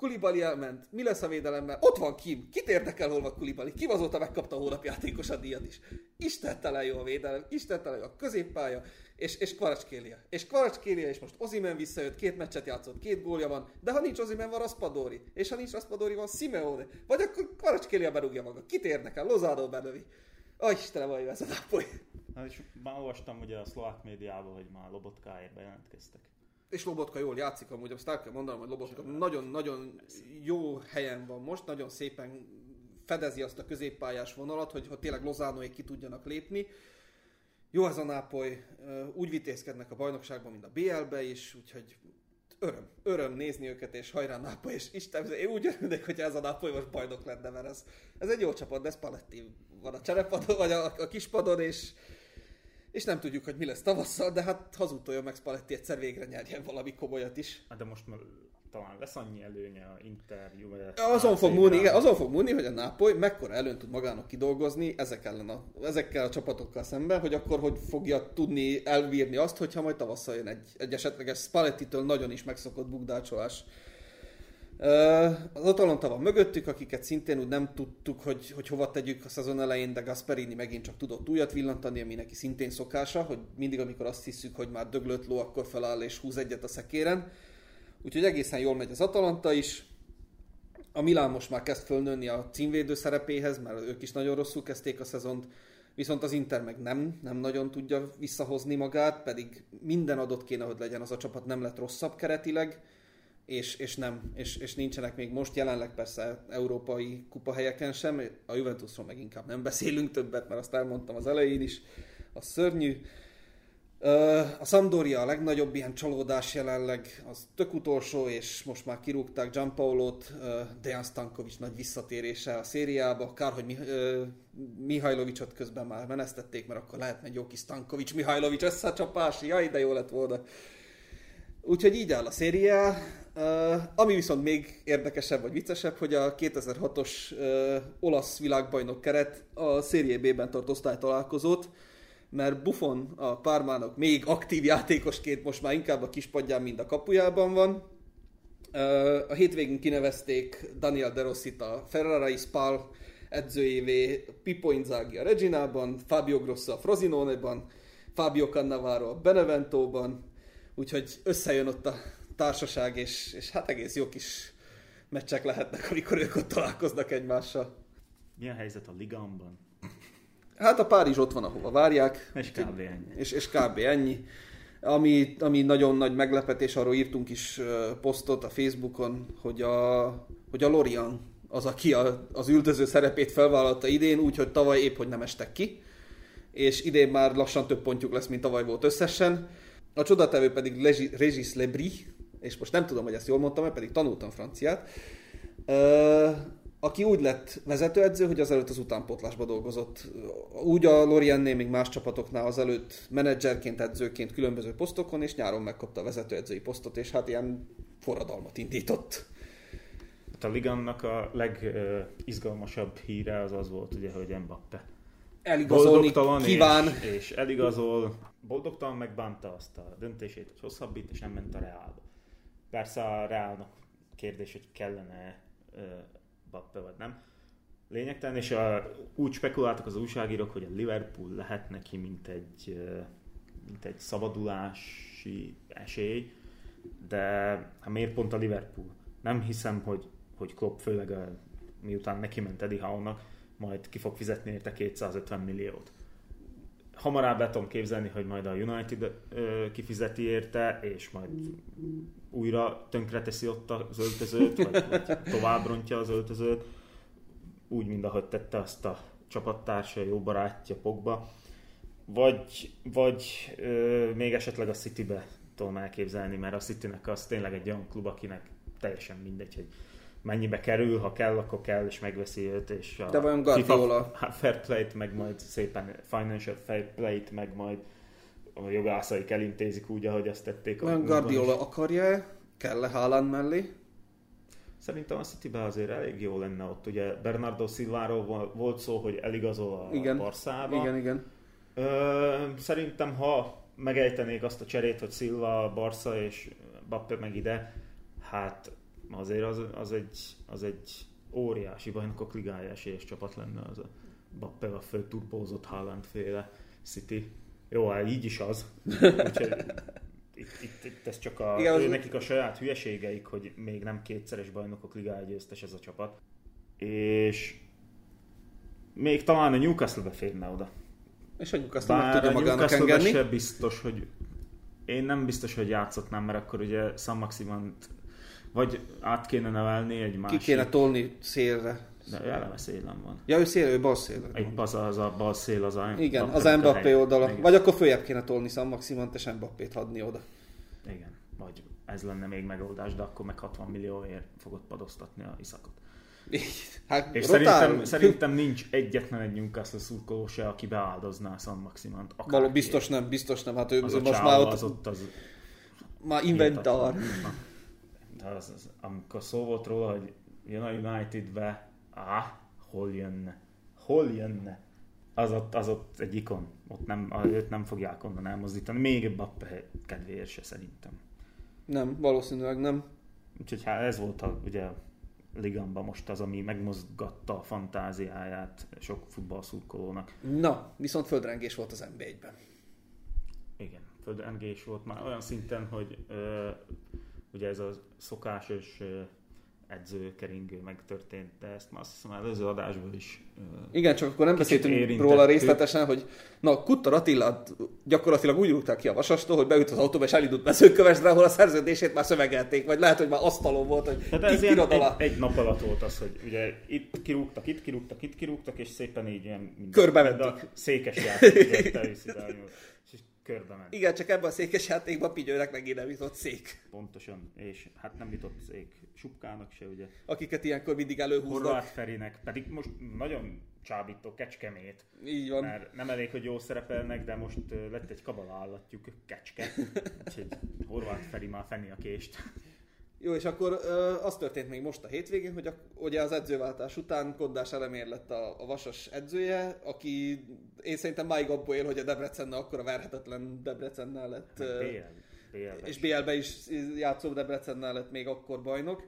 Koulibaly elment, mi lesz a védelemmel? Ott van Kim, kit érdekel, hol van Koulibaly? Kim azóta megkapta a hónapjátékos a díjat is. Istentelen jó a védelem, istentelen jó a középpálya, és Kvaratskhelia. És Kvaratskhelia, és most Osimhen visszajött, 2 meccset játszott, 2 gólja van, de ha nincs Osimhen, van Raspadori, és ha nincs Raspadori, van Simeone, vagy akkor Kvaratskhelia berúgja maga. Kit érdekel? Lozano belövi. Istenem, vagy ez a Napoli. Hát és már olvastam ugye a szlovák médiában, hogy már Lobotkáért bejelentkeztek. És Lobotka jól játszik amúgy, azt el kell mondanom, hogy Lobotka nagyon-nagyon jó helyen van most, nagyon szépen fedezi azt a középpályás vonalat, hogy tényleg Lozanoék ki tudjanak lépni. Jó ez a Nápoly, úgy vitézkednek a bajnokságban, mint a BL-be is, úgyhogy öröm nézni őket, és hajrá Nápoly, és Isten, én úgy örülnék, hogy ez a Nápoly most bajnok lenne, mert ez egy jó csapat, de Spalletti van a cserepadon, vagy a kispadon, és nem tudjuk, hogy mi lesz tavasszal, de hát hazudtolja meg Spalletti, egyszer végre nyerjen valami komolyat is. De most talán lesz annyi előnye a Inter, Juve... Azon fog múlni, hogy a Nápoly mekkora előnyt tud magának kidolgozni ezekkel a csapatokkal szemben, hogy akkor hogy fogja tudni elbírni azt, hogyha majd tavasszal jön egy esetleges Spallettitől nagyon is megszokott bukdácsolás. Az Atalanta van mögöttük, akiket szintén úgy nem tudtuk, hogy hova tegyük a szezon elején, de Gasperini megint csak tudott újat villantani, ami neki szintén szokása, hogy mindig, amikor azt hiszük, hogy már döglött ló, akkor feláll és húz egyet a szekéren. Úgyhogy egészen jól megy az Atalanta is. A Milán most már kezd fölnőni a címvédő szerepéhez, mert ők is nagyon rosszul kezdték a szezont, viszont az Inter meg nem nagyon tudja visszahozni magát, pedig minden adott kéne, hogy legyen, az a csapat nem lett rosszabb keretileg, és nincsenek még most jelenleg persze európai kupahelyeken sem, a Juventusról meg inkább nem beszélünk többet, mert azt elmondtam az elején is, az szörnyű. A Sampdoria a legnagyobb ilyen csalódás jelenleg, az tök utolsó, és most már kirúgták Gianpaolót, Dejan Stankovic nagy visszatérése a szériába, kár, hogy Mihajlovicsot közben már menesztették, mert akkor lehetne egy jó kis Stankovic Mihajlovics összecsapás, jaj, de jó lett volna. Úgyhogy így áll a széria. Ami viszont még érdekesebb vagy viccesebb, hogy a 2006-os olasz világbajnok keret a Serie B-ben tart osztálytalálkozót, mert Buffon a Parmának még aktív játékosként most már inkább a kispadján, mint a kapujában van. A hétvégén kinevezték Daniel De Rossit a Ferrari Spal edzőjévé, Pippo Inzaghi a Reginában, Fabio Grosso a Frosinone-ban, Fabio Cannavaro a Beneventóban, úgyhogy összejön ott a társaság, és hát egész jó kis meccsek lehetnek, amikor ők ott találkoznak egymással. Milyen helyzet a Ligamban? Hát a Párizs ott van, ahova várják. És kb. Ennyi. És kb. Ennyi. Ami nagyon nagy meglepetés, arról írtunk is posztot a Facebookon, hogy a Lorient az, aki az üldöző szerepét felvállalta idén, úgyhogy tavaly épp hogy nem estek ki, és idén már lassan több pontjuk lesz, mint tavaly volt összesen. A csodatevő pedig Régis Lebris, és most nem tudom, hogy ezt jól mondtam, mert pedig tanultam franciát, aki úgy lett vezetőedző, hogy azelőtt az utánpótlásba dolgozott. Úgy a Lorientnél, még más csapatoknál azelőtt menedzserként, edzőként különböző posztokon, és nyáron megkapta a vezetőedzői posztot, és hát ilyen forradalmat indított. A Ligannak a legizgalmasabb híre az volt, ugye, hogy Mbappé eligazolni kíván. És eligazol. Boldogtalan megbánta azt a döntését, hogy hosszabbít, és nem ment a Realba. Persze a Realnak kérdés, hogy kellene Mbappé vagy nem. Lényegtelen, és úgy spekuláltak az újságírók, hogy a Liverpool lehet neki, mint egy szabadulási esély, de hát miért pont a Liverpool? Nem hiszem, hogy Klopp főleg miután neki ment Eddie Howe-nak, majd ki fog fizetni érte 250 milliót. Hamarabb be tudom képzelni, hogy majd a United kifizeti érte, és majd újra tönkreteszi ott az öltözőt, vagy tovább rontja az öltözőt, úgy, mint ahogy tette azt a csapattársa, jó barátja Pogba. Vagy még esetleg a Citybe tudom elképzelni, mert a Citynek az tényleg egy olyan klub, akinek teljesen mindegy, hogy mennyibe kerül, ha kell, akkor kell, és megveszi őt, és a de vajon Guardiola fair play-t, meg majd szépen financial fair play-t, meg majd a jogászaik elintézik úgy, ahogy azt tették. Vajon Guardiola akarja, kell-e Haaland mellé? Szerintem a Cityben azért elég jó lenne ott. Ugye Bernardo Silváról volt szó, hogy eligazol a Barszába. Igen. Szerintem, ha megejtenék azt a cserét, hogy Silva, Barca és Mbappé meg ide, hát azért az egy óriási bajnokok ligája esélyes csapat lenne az a Mbappéval fölturbózott Haaland féle City. Jó, hát így is az. Úgyhogy itt ez csak nekik a saját hülyeségeik, hogy még nem kétszeres bajnokok ligája győztes ez a csapat. És még talán a Newcastle beférne oda. És a Newcastle meg tudja magának engedni. Sem biztos, hogy én nem biztos, hogy játszhatnám, mert akkor ugye Saint-Maximant vagy át kéne nevelni egy másik. Ki kéne tolni szélre. De eleve szélen van. Ja, ő bal szélre. Az a bal szél az a... Igen, az Mbappé oldala. Igen. Vagy akkor följebb kéne tolni Saint-Maximant és Mbappét hadni oda. Igen, vagy ez lenne még megoldás, de akkor meg 60 millióért fogod padoztatni a Isakot. Hát, és szerintem nincs egyetlen egy Newcastle szurkoló se, aki beáldozná Saint-Maximant. Biztos nem. Hát ő az most már ott... Már inventár. Amikor szó volt róla, hogy jön a Unitedbe, hol jönne? Az ott egy ikon. Őt nem fogják onnan elmozdítani. Még Mbappé kedvéért se szerintem. Nem, valószínűleg nem. Úgyhogy ez volt ugye ligamban most az, ami megmozgatta a fantáziáját sok futballszurkolónak. Na, viszont földrengés volt az NB1-ben. Igen, földrengés volt már olyan szinten, hogy ugye ez a szokásos edzőkeringő megtörtént, de ezt már azt hiszem előző adásból is igen, csak akkor nem beszéltünk róla részletesen, hogy Kuttor Attilát gyakorlatilag úgy rúgták ki a Vasastól, hogy beült az autóba és elindult Mezőkövesdre, ahol a szerződését már szövegelték, vagy lehet, hogy már asztalon volt, hogy itt írod alá. Egy nap alatt volt az, hogy ugye itt kirúgtak, és szépen így ilyen körbementek. Székes játék, és körbe ment. Igen, csak ebben a székes játékban Pigyőnek megint nem jutott szék. Pontosan, és hát nem jutott szék Supkának se, ugye. Akiket ilyenkor mindig előhúznak. Horváth Ferinek, pedig most nagyon csábító Kecskemét. Így van. Mert nem elég, hogy jól szerepelnek, de most lett egy kabala állatjuk, Kecske. Úgyhogy Horváth Feri már fenni a kést. Jó, és akkor az történt még most a hétvégén, hogy ugye az edzőváltás után Kondás Elemér lett a Vasas edzője, aki én szerintem máig abból él, hogy a Debrecennel akkora verhetetlen Debrecennel lett. És BL-be is játszó Debrecennel lett még akkor bajnok.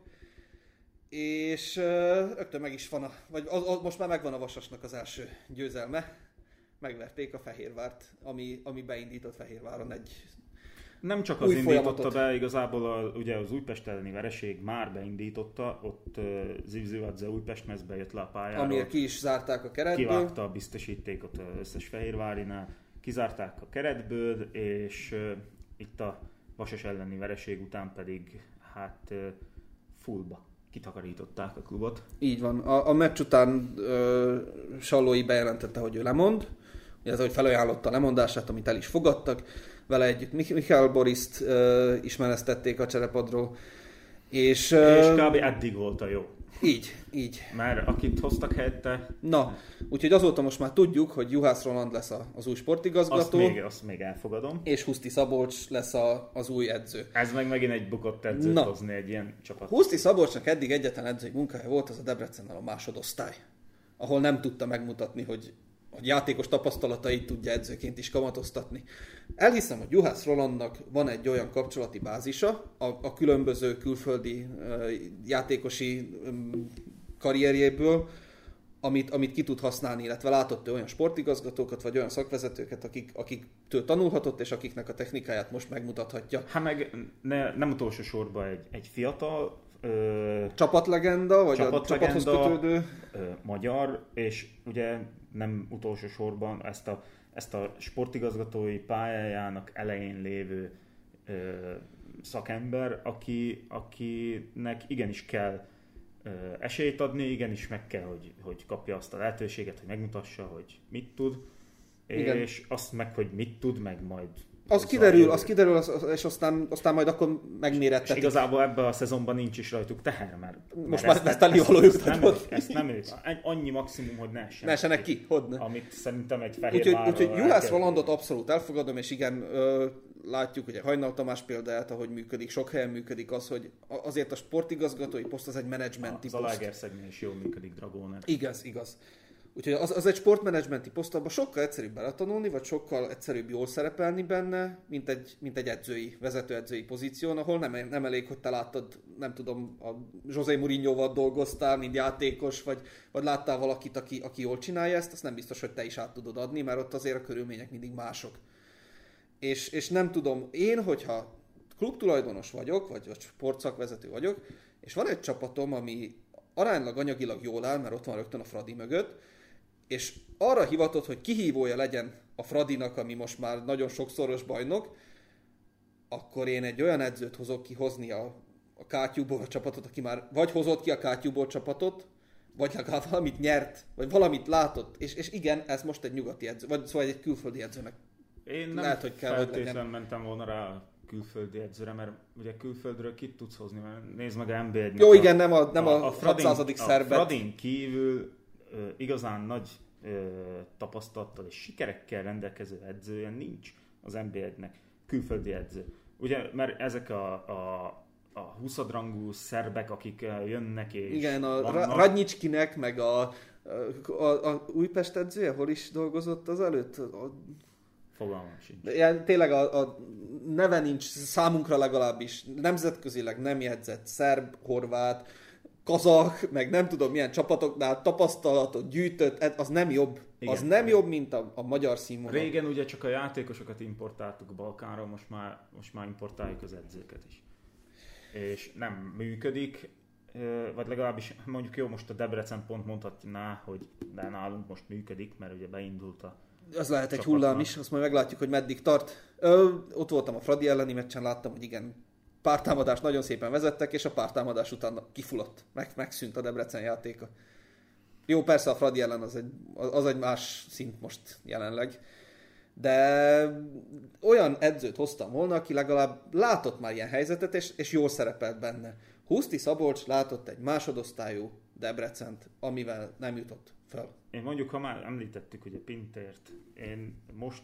És rögtön meg is van most már megvan a Vasasnak az első győzelme. Megverték a Fehérvárt, ami beindított Fehérváron egy nem csak az indította be, igazából ugye az Újpest elleni vereség már beindította, ott Zivzivadze Újpest-mezbe jött le a pályára. Amire ki is zárták a keretből. Kivágta a biztosítékot az összes Fehérvárinál, kizárták a keretből, és itt a Vasas elleni vereség után pedig hát fullba kitakarították a klubot. Így van. A meccs után Sallói bejelentette, hogy ő lemond. Ez, hogy felajánlotta a lemondását, amit el is fogadtak. Vele együtt Michael Boriszt ismereztették a cserepadról. És kb. Eddig volt a jó. Így. Mert akit hoztak helyette... Na, úgyhogy azóta most már tudjuk, hogy Juhász Roland lesz az új sportigazgató. Azt még elfogadom. És Huszti Szabolcs lesz az új edző. Ez meg megint egy bukott edzőt hozni egy ilyen csapat. Huszti Szabolcsnak eddig egyetlen edzői munkája volt, az a Debrecennel a másodosztály. Ahol nem tudta megmutatni, hogy játékos tapasztalatait tudja edzőként is kamatoztatni. Elhiszem, hogy Juhász Rolandnak van egy olyan kapcsolati bázisa a különböző külföldi játékosi karrierjéből, amit ki tud használni, illetve látott olyan sportigazgatókat, vagy olyan szakvezetőket, akiktől tanulhatott, és akiknek a technikáját most megmutathatja. Hát meg nem utolsó sorban egy fiatal csapatlegenda, vagy a csapathoz kötődő magyar, és ugye nem utolsó sorban ezt a sportigazgatói pályájának elején lévő szakember, akinek igenis kell esélyt adni, igenis meg kell, hogy kapja azt a lehetőséget, hogy megmutassa, hogy mit tud, igen. És azt meg, hogy mit tud, meg majd... Az kiderül, és aztán majd akkor megmérettetik. És igazából ebben a szezonban nincs is rajtuk teher, mert most már ezt tennivalójuk. Ezt nem ők. Annyi maximum, hogy ne essenek ki. Amit szerintem egy Fehérvárral... Úgyhogy Juhász Rolandot abszolút elfogadom, és igen, látjuk, hogy Hajnal Tamás példáját, ahogy működik, sok helyen működik az, hogy azért a sportigazgatói poszt az egy menedzsmenti poszt. Az Zalaegerszegnél is jól működik Dragóner. Igaz. Úgyhogy az egy sportmenedzsmenti poszt, abban sokkal egyszerűbb beletanulni, vagy sokkal egyszerűbb jól szerepelni benne, mint egy vezetőedzői pozíción, ahol nem elég, hogy te láttad, nem tudom, a José Mourinhoval dolgoztál, mint játékos, vagy láttál valakit, aki jól csinálja ezt, azt nem biztos, hogy te is át tudod adni, mert ott azért a körülmények mindig mások. És nem tudom, én, hogyha klubtulajdonos vagyok, vagy sportszakvezető vagyok, és van egy csapatom, ami aránylag anyagilag jól áll, mert ott van rögtön a Fradi mögött, és arra hivatott, hogy kihívója legyen a Fradinak, ami most már nagyon sokszoros bajnok, akkor én egy olyan edzőt hozok ki hozni a kátyúból a csapatot, aki már vagy hozott ki a kátyúból csapatot, vagy legalább valamit nyert, vagy valamit látott. És igen, ez most egy nyugati edző, vagy szóval egy külföldi edzőnek. Én nem lehet, hogy kell, feltétlenül mentem volna rá a külföldi edzőre, mert ugye külföldről kit tudsz hozni, mert nézd meg a NB1-nek. Jó, igen, nem a 600. szerbet. A Fradin kívül igazán nagy tapasztalattal és sikerekkel rendelkező edzője nincs az NB1-nek, külföldi edző. Ugye, mert ezek a 20-rangú szerbek, akik jönnek és igen, a Radnicskinek, meg a Újpest edzője, hol is dolgozott az előtt? Fogalmam sincs. Ilyen, tényleg a neve nincs, számunkra legalábbis nemzetközileg nem jegyzett szerb, horvát, kazak, meg nem tudom milyen csapatoknál tapasztalatot gyűjtött, az nem jobb. Igen. Az nem jobb, mint a magyar színvonal. Régen ugye csak a játékosokat importáltuk Balkánról, most már importáljuk az edzőket is. És nem működik, vagy legalábbis mondjuk jó, most a Debrecen pont mondhatná, hogy de nálunk most működik, mert ugye beindult a az lehet egy hullám is, azt majd meglátjuk, hogy meddig tart. Ott voltam a Fradi elleni meccsen, láttam, hogy igen, pártámadást nagyon szépen vezettek, és a pártámadás után kifulladt, megszűnt a Debrecen játéka. Jó, persze a Fradi ellen az egy más szint most jelenleg, de olyan edzőt hoztam volna, aki legalább látott már ilyen helyzetet, és jól szerepelt benne. Huszti Szabolcs látott egy másodosztályú Debrecent, amivel nem jutott fel. Én mondjuk, ha már említettük ugye Pintért, én most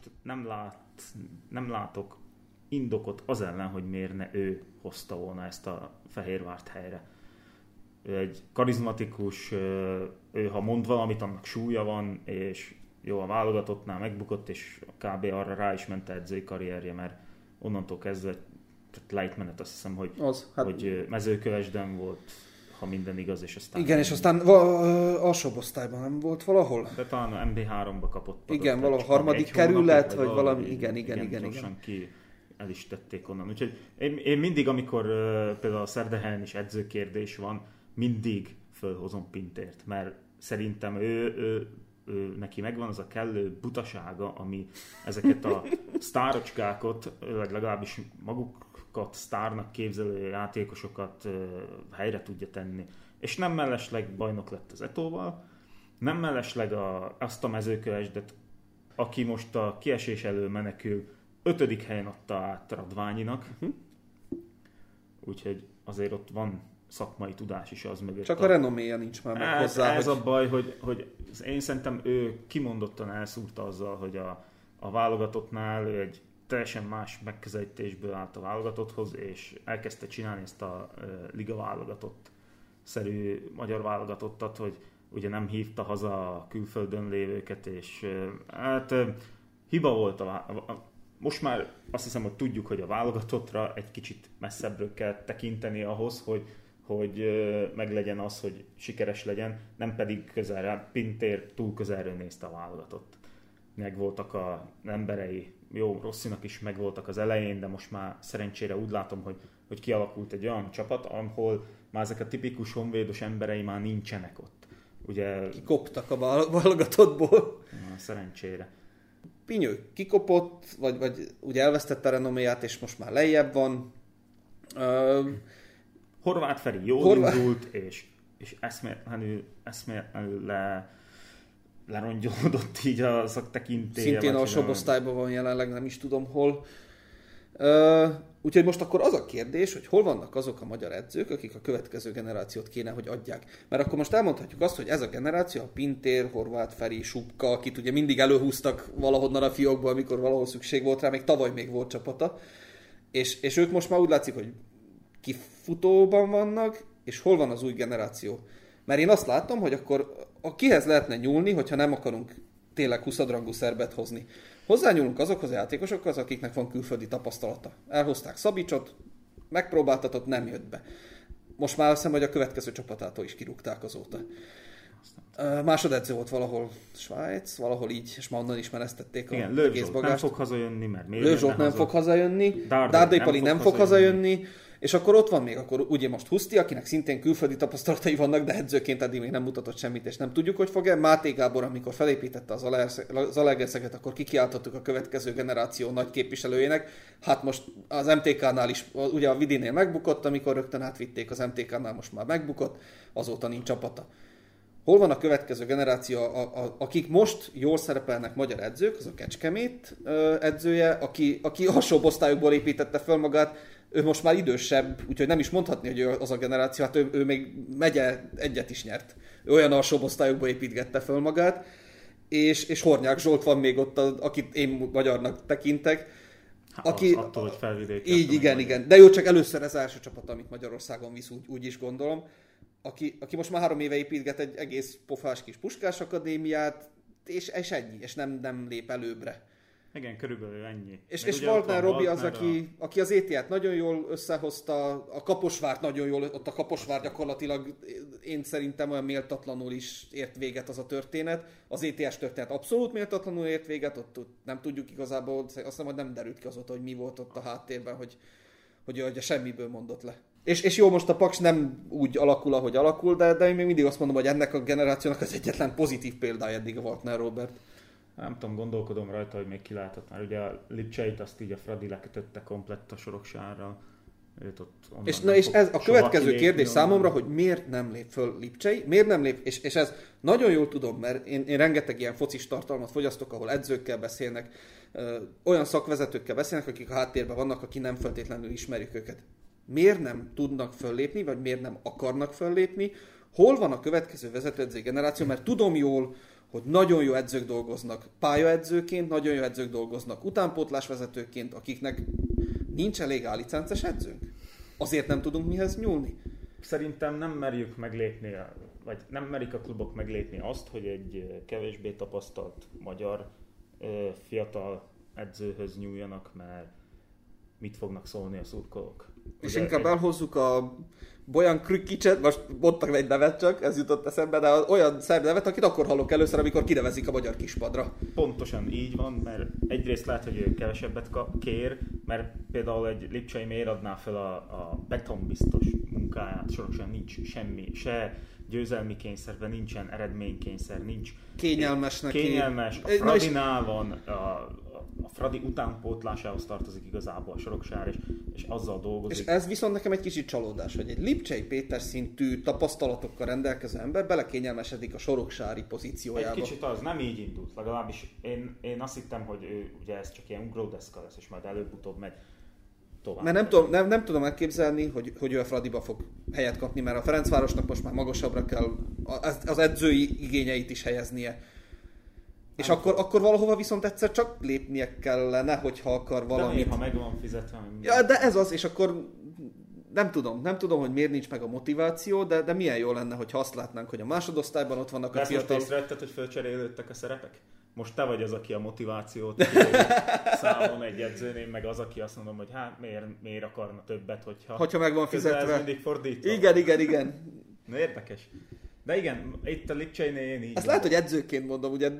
nem látok indokot az ellen, hogy miért ne ő hozta volna ezt a Fehérvárt helyre. Ő egy karizmatikus, ő ha mond valamit, annak súlya van, és jó, a válogatottnál megbukott, és kb. Arra rá is ment a edzői karrierje, mert onnantól kezdve lejtmenet azt hiszem, hogy Mezőkövesden volt, ha minden igaz, és aztán... Igen, és aztán alsóbb osztályban nem volt valahol? De talán a MB3-ba kapott. Igen, valahol harmadik kerület, vagy valami, igen. Ki el is tették onnan. Úgyhogy én mindig, amikor például a Szerdahelyen is edzőkérdés van, mindig fölhozom Pintért, mert szerintem ő neki megvan az a kellő butasága, ami ezeket a sztárocskákat, vagy legalábbis magukat sztárnak képzelő játékosokat helyre tudja tenni. És nem mellesleg bajnok lett az Etóval, nem mellesleg azt a Mezőkövesdet, aki most a kiesés elől menekül, 5. helyen adta át Radványinak. Úgyhogy azért ott van szakmai tudás is az mögött. Csak a renoméja nincs már meg hozzá. Ez a baj, hogy én szerintem ő kimondottan elszúrta azzal, hogy a válogatottnál ő egy teljesen más megközelítésből állt a válogatotthoz, és elkezdte csinálni ezt a liga válogatott-szerű magyar válogatottat, hogy ugye nem hívta haza a külföldön lévőket, és hát hiba volt most már azt hiszem, hogy tudjuk, hogy a válogatottra egy kicsit messzebbről kell tekinteni ahhoz, hogy meglegyen az, hogy sikeres legyen, nem pedig közelre. Pintér túl közelről nézte a válogatott. Megvoltak az emberei, jó, Rosszinak is megvoltak az elején, de most már szerencsére úgy látom, hogy kialakult egy olyan csapat, ahol már ezek a tipikus honvédos emberei már nincsenek ott. Ugye... Kikoptak a válogatottból. Szerencsére. Pinyő kikopott, vagy ugye elvesztette a renoméját, és most már lejjebb van. Horváth Feri jól indult, és eszméletlenül lerongyolódott így a szaktekintélye. Szintén alsóbb osztályban van jelenleg, nem is tudom hol. Úgyhogy most akkor az a kérdés, hogy hol vannak azok a magyar edzők, akik a következő generációt kéne, hogy adják. Mert akkor most elmondhatjuk azt, hogy ez a generáció, a Pintér, Horváth Feri, Supka, akit ugye mindig előhúztak valahonnan a fiókból, amikor valahol szükség volt rá, még tavaly még volt csapata. És ők most már úgy látszik, hogy kifutóban vannak, és hol van az új generáció. Mert én azt látom, hogy akkor kihez lehetne nyúlni, hogyha nem akarunk tényleg 20-rangú szerbet hozni. Hozzányúlunk azokhoz a játékosokhoz, akiknek van külföldi tapasztalata. Elhozták Szabicsot, megpróbáltatott, nem jött be. Most már azt hiszem, hogy a következő csapatától is kirúgták azóta. Másodedző volt valahol Svájc, valahol így, és már onnan ismereztették igen, a egész bagást. nem fog hazajönni, mert Lőzsolt nem fog hazajönni, Dárdai Pali nem fog hazajönni, és akkor ott van még akkor ugye most Huszti, akinek szintén külföldi tapasztalatai vannak, de edzőként eddig még nem mutatott semmit, és nem tudjuk, hogy fog-e. Máté Gábor, amikor felépítette az Zalaegerszeget, akkor kikiáltottuk a következő generáció nagy képviselőjének. Hát most az MTK-nál is, ugye a Vidinél megbukott, amikor rögtön átvitték, az MTK-nál most már megbukott, azóta nincs csapata. Hol van a következő generáció, akik most jól szerepelnek magyar edzők, az a Kecskemét edzője, aki alsóbb osztályokból építette fel magát, ő most már idősebb, úgyhogy nem is mondhatni, hogy ő az a generáció, hát ő még megye egyet is nyert. Ő olyan alsóbb osztályokból építgette fel magát, és Hornyák Zsolt van még ott, akit én magyarnak tekintek. Aki, attól, hogy felvidéki. Így, igen. De jó, csak először ez első csapat, amit Magyarországon visz, úgy is gondolom. Aki most már 3 éve építget egy egész pofás kis Puskás akadémiát, és ennyi, és nem lép előbbre. Igen, körülbelül ennyi. És Waldner Robi az, aki az ETH-t nagyon jól összehozta, a Kaposvárt nagyon jól, ott a Kaposvár gyakorlatilag én szerintem olyan méltatlanul is ért véget az a történet. Az ETH történet abszolút méltatlanul ért véget, ott nem tudjuk igazából, azt hiszem, hogy nem derült ki azóta, hogy mi volt ott a háttérben, hogy a semmiből mondott le. És jó, most a Paks nem úgy alakul, ahogy alakul, de én még mindig azt mondom, hogy ennek a generációnak az egyetlen pozitív példája eddig a Waldner Robert. Nem tudom, gondolkodom rajta, hogy még kiláthat már. Ugye a Lipcseit azt így a Fradi lekötötte komplett a Soroksárral. És ez a következő kérdés számomra, hogy miért nem lép föl Lipcsei, miért nem lép, és ez nagyon jól tudom, mert én rengeteg ilyen focis tartalmat fogyasztok, ahol edzőkkel beszélnek, olyan szakvezetőkkel beszélnek, akik a háttérben vannak, akik nem feltétlenül ismerjük őket. Miért nem tudnak föllépni, vagy miért nem akarnak föllépni? Hol van a következő vezetőedzői generáció? Mert tudom jól, hogy nagyon jó edzők dolgoznak pályaedzőként, nagyon jó edzők dolgoznak utánpótlásvezetőként, akiknek nincs elég A-licences edzőnk. Azért nem tudunk mihez nyúlni. Szerintem nem merjük meglépni, vagy nem merik a klubok meglépni azt, hogy egy kevésbé tapasztalt magyar fiatal edzőhöz nyúljanak, mert mit fognak szólni a szurkolók. És inkább elhozzuk a Bojan Krükicset, most mondtak egy nevet csak, ez jutott eszembe, de olyan szerb nevet, akit akkor hallok először, amikor kinevezik a magyar kispadra. Pontosan így van, mert egyrészt lehet, hogy ő kevesebbet kér, mert például egy Lipcsei miért adná fel a betonbiztos munkáját, sorosan nincs semmi, se győzelmi kényszerben, nincsen eredménykényszer, nincs kényelmes, a Fradinál van, a Fradi utánpótlásához tartozik igazából a Soroksár, és azzal dolgozik. És ez viszont nekem egy kicsit csalódás, hogy egy Lipcsei Péter szintű tapasztalatokkal rendelkező ember belekényelmesedik a soroksári pozíciójába. Egy kicsit az nem így indult, legalábbis én azt hittem, hogy ő, ugye ez csak ilyen ugródeszka lesz, és majd előbb-utóbb megy tovább. Mert nem tudom elképzelni, hogy ő a Fradiba fog helyet kapni, mert a Ferencvárosnak most már magasabbra kell az edzői igényeit is helyeznie. És akkor valahova viszont egyszer csak lépnie kellene, hogyha akar valamit. De miért, ha meg van fizetve? Ja, de ez az, és akkor nem tudom, hogy miért nincs meg a motiváció, de milyen jó lenne, hogyha azt látnánk, hogy a másodosztályban ott vannak a fiatal... De most észrevetted, hogy fölcserélődtek a szerepek? Most te vagy az, aki a motivációt számon egy edzőnél, meg az, aki azt mondom, hogy hát miért akarna többet, hogyha meg van fizetve. Ez mindig fordítva. Igen. Na, érdekes. De igen, itt a Lipcseinél én így... Ezt lehet, hogy edzőként mondom, ugye...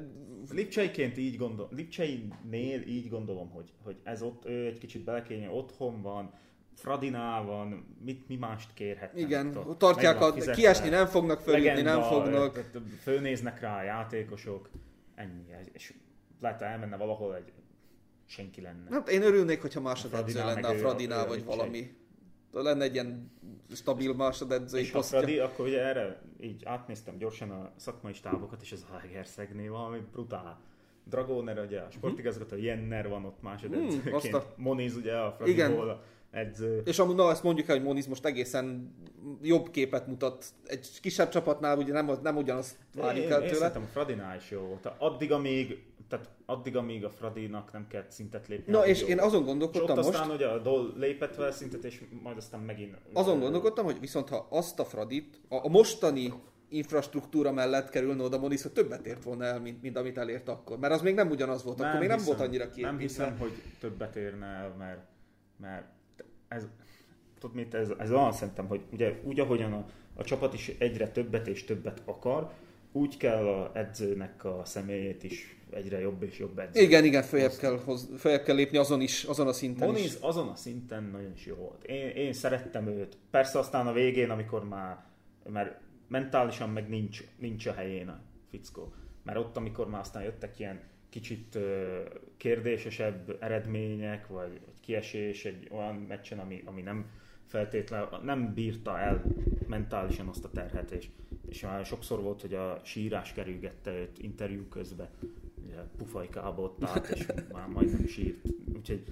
Lipcseinél így gondolom, hogy ez ott, ő egy kicsit belekénye, otthon van, Fradinál van, mi mást kérhetnek. Igen, tartják kiesni nem fognak, fölütni nem fognak. Fölnéznek rá a játékosok, ennyi. És lehet, elmenne valahol senki lenne. Nem, én örülnék, hogyha másodedző lenne a Fradinál, vagy valami. Lenne egy ilyen stabil másodedzői posztja. És a Fradi, akkor ugye erre így átnéztem gyorsan a szakmai stábokat, és ez a Zalaegerszegnél valami brutál. Dragoner, ugye a sportigazgató, Jenner van ott másodedzőként. Moniz ugye a Fradiból edző. És amúgy ezt mondjuk el, hogy Moniz most egészen jobb képet mutat. Egy kisebb csapatnál ugye nem ugyanazt várjuk el tőle. Én szerintem a Fradinál is jó volt. Addig, amíg a Fradinak nem kell szintet lépni. Na és én azon gondolkodtam most... aztán ugye a Dol lépett vele szintet, és majd aztán megint... Azon gondolkodtam, hogy viszont ha azt a Fradit, a mostani infrastruktúra mellett kerülne oda Moniz, hogy többet ért volna el, mint amit elért akkor. Mert az még nem ugyanaz volt, akkor még nem volt annyira kiépítve. Nem hiszem, hogy többet érne el, mert ez, tudod mit, ez olyan szerintem, hogy ugye úgy, ahogyan a csapat is egyre többet és többet akar, úgy kell az edzőnek a személyét is egyre jobb és jobb edző. Igen, följebb kell lépni azon a szinten Moniz is. azon a szinten nagyon is jó volt. Én szerettem őt. Persze aztán a végén, amikor már mentálisan meg nincs a helyén a fickó. Mert ott, amikor már aztán jöttek ilyen kicsit kérdésesebb eredmények, vagy kiesés egy olyan meccsen, ami nem feltétlenül nem bírta el mentálisan azt a terhet, és már sokszor volt, hogy a sírás kerülgette őt interjú közben, ugye pufajkába ott állt, és már majdnem sírt. Úgyhogy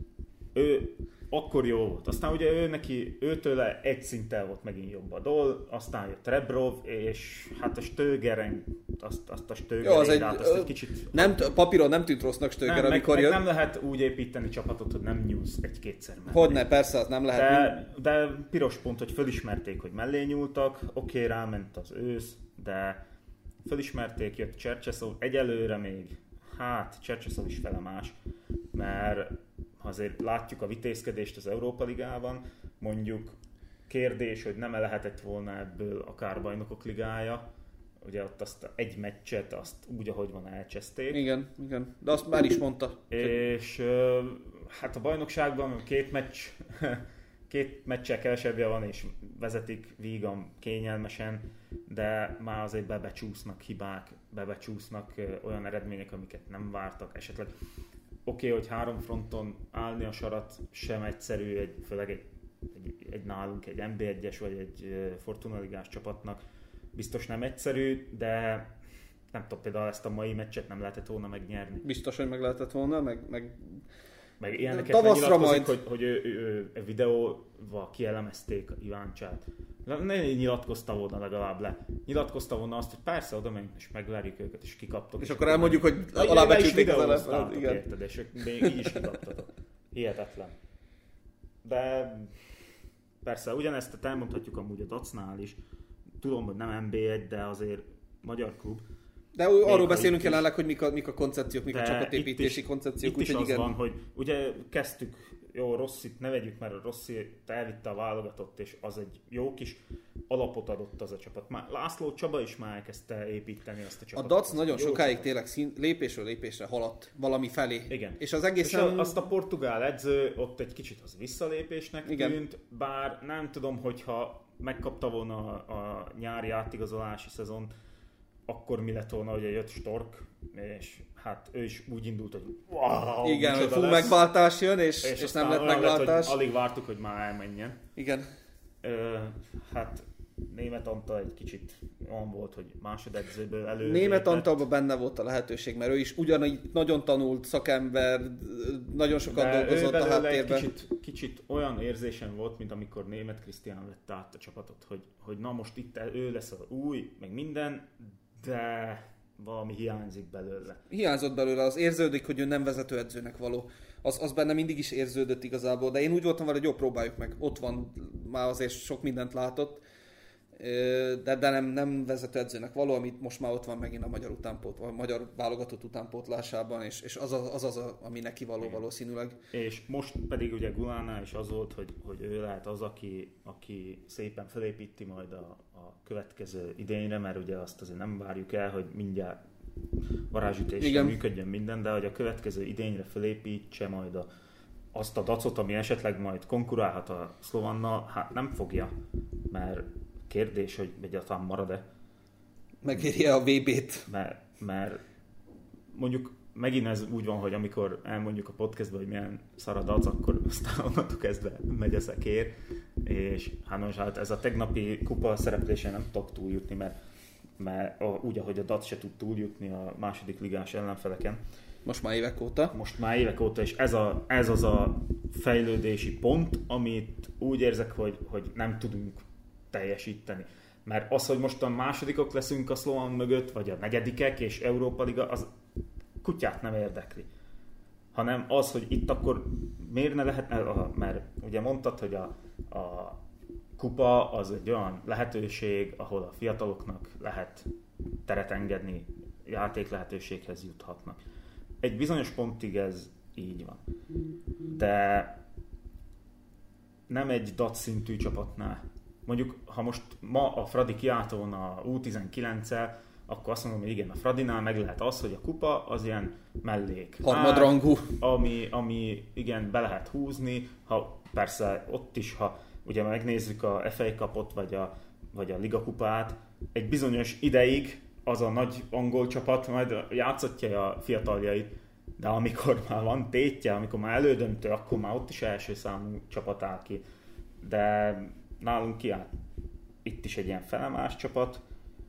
ő akkor jó volt. Aztán ugye őtőle egy szinttel volt megint jobb a Dol, aztán jött Rebrov, és hát a Stögeren, azt a Stögerét azt egy kicsit... Papíron nem tűnt rossznak Stöger, amikor jött. Nem lehet úgy építeni csapatot, hogy nem nyúlsz egy-kétszer mellé. Hogyne, persze, az nem lehet. De piros pont, hogy fölismerték, hogy mellé nyúltak, oké, ráment az ősz, de fölismerték, jött Csercseszov, egyelőre még, Csercseszov is felemás, mert azért látjuk a vitézkedést az Európa Ligában, mondjuk kérdés, hogy nem lehetett volna ebből akár Bajnokok Ligája, ugye ott azt egy meccset, azt úgy, ahogy van, elcseszték. Igen, de azt már is mondta. És hát a bajnokságban két meccsel kevesebbje van, és vezetik vígan kényelmesen, de már azért bebecsúsznak hibák, bebecsúsznak olyan eredmények, amiket nem vártak esetleg. Oké, hogy három fronton állni a sarat sem egyszerű, főleg egy nálunk egy NB1-es vagy egy Fortuna Ligás csapatnak biztos nem egyszerű, de nem tudom, például ezt a mai meccset nem lehetett volna megnyerni. Biztos, hogy meg lehetett volna, meg ilyeneket megnyilatkozik, hogy ő videóval kielemezték Iváncsát. Ne nyilatkozta volna legalább le. Nyilatkozta volna azt, hogy persze oda menjünk és megverjük őket és kikaptok. És akkor elmondjuk, hogy alábecsülték az elefánt. Igen. Érted, és még így is kikaptatok. Hihetetlen. De persze, ugyanezt elmondhatjuk amúgy a Dacnál is. Tudom, hogy nem NB1, de azért magyar klub. De arról beszélünk jelenleg, hogy mik a koncepciók, mik a csapatépítési koncepciók. Itt is az van, hogy ugye kezdtük, jó, Rossit ne vegyük, mert a Rossi elvitte a válogatott, és az egy jó kis alapot adott az a csapat. Már László Csaba is már elkezdte építeni azt a csapatot. A Dac nagyon sokáig tényleg lépésről lépésre haladt valami felé. Igen. És az egészen... És azt a portugál edző ott egy kicsit az visszalépésnek tűnt, bár nem tudom, hogyha megkapta volna a nyári átigazolási szezon, akkor mi lett volna, hogy jött Stork, és hát ő is úgy indult, hogy wow, igen, hogy full megváltás jön, és nem lett megváltás. Lett, alig vártuk, hogy már elmenjen. Igen. Hát Németh Antal egy kicsit olyan volt, hogy másodedzőből előbb. Németh Antalban benne volt a lehetőség, mert ő is ugyanígy nagyon tanult szakember, nagyon sokat dolgozott a háttérben. Kicsit olyan érzésem volt, mint amikor Németh Krisztián vette át a csapatot, hogy na most itt ő lesz az új, meg minden, de valami hiányzik belőle. Hiányzott belőle, az érződik, hogy ő nem vezetőedzőnek való. Az benne mindig is érződött igazából, de én úgy voltam vele, hogy jó, próbáljuk meg. Ott van, már azért sok mindent látott, de nem vezetőedzőnek való, amit most már ott van megint a magyar válogatott utánpótlásában, és az, ami neki való valószínűleg. És most pedig ugye Gulánál is az volt, hogy ő lehet az, aki szépen felépíti majd a következő idényre, mert ugye azt azért nem várjuk el, hogy mindjárt varázsütésre működjön minden, de hogy a következő idényre felépítse majd azt a Dacot, ami esetleg majd konkurálhat a Szlovannal, hát nem fogja, mert kérdés, hogy egyáltalán marad-e. Megérje a VB-t. Mert mondjuk megint ez úgy van, hogy amikor elmondjuk a podcastban, hogy milyen szar a Dac, akkor aztán onnantól kezdve megy a szekér, és hát ez a tegnapi kupa szereplésen nem tudok túljutni, mert úgy, ahogy a Dac se tud túljutni a második ligás ellenfeleken. Most már évek óta, és ez az a fejlődési pont, amit úgy érzek, hogy nem tudunk teljesíteni. Mert az, hogy mostan másodikok leszünk a Szlovan mögött, vagy a negyedikek, és Európa Liga, az kutyát nem érdekli. Hanem az, hogy itt akkor miért ne lehetne, mert ugye mondtad, hogy a kupa az egy olyan lehetőség, ahol a fiataloknak lehet teret engedni, játék lehetőséghez juthatnak. Egy bizonyos pontig ez így van. De nem egy DAC szintű csapatnál. Mondjuk, ha most ma a Fradi kiállt volna a U19-el, akkor azt mondom, hogy igen, a Fradinál meg lehet az, hogy a kupa az ilyen mellék. Harmadrangú. Ami igen, be lehet húzni, ha persze ott is, ha ugye megnézzük a FA Cupot vagy a Liga kupát, egy bizonyos ideig az a nagy angol csapat majd játszatja a fiataljait, de amikor már van tétje, amikor már elődöntő, akkor már ott is első számú csapat áll ki. De nálunk kiállt itt is egy ilyen felemás csapat.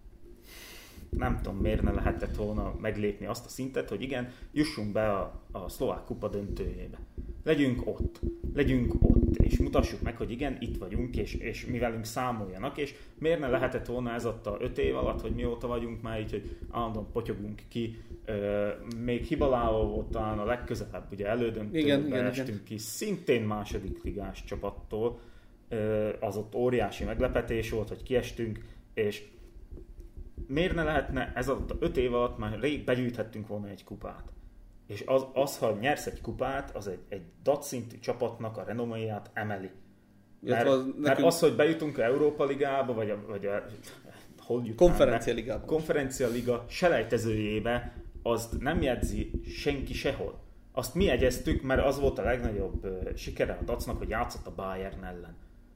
Nem tudom, miért ne lehetett volna meglépni azt a szintet, hogy igen, jussunk be a szlovák kupa döntőjébe. Legyünk ott, és mutassuk meg, hogy igen, itt vagyunk, és mi velünk számoljanak, és miért ne lehetett volna ez ott a 5 év alatt, hogy mióta vagyunk már így, hogy állandóan potyogunk ki, még hibaláló volt talán a legközelebb, ugye elődöntőben estünk ki, szintén második ligás csapattól, az ott óriási meglepetés volt, hogy kiestünk, és miért ne lehetne ez alatt 5 év alatt már rég begyűjthettünk volna egy kupát. És az ha nyersz egy kupát, az egy DAC szintű csapatnak a renoméját emeli. Mert az, hogy bejutunk a Európa Ligába, vagy hol jutnánk Konferencia Liga selejtezőjébe, azt nem jegyzi senki sehol. Azt mi jegyeztük, mert az volt a legnagyobb sikere a DAC-nak, hogy játszott a Bayern ellen.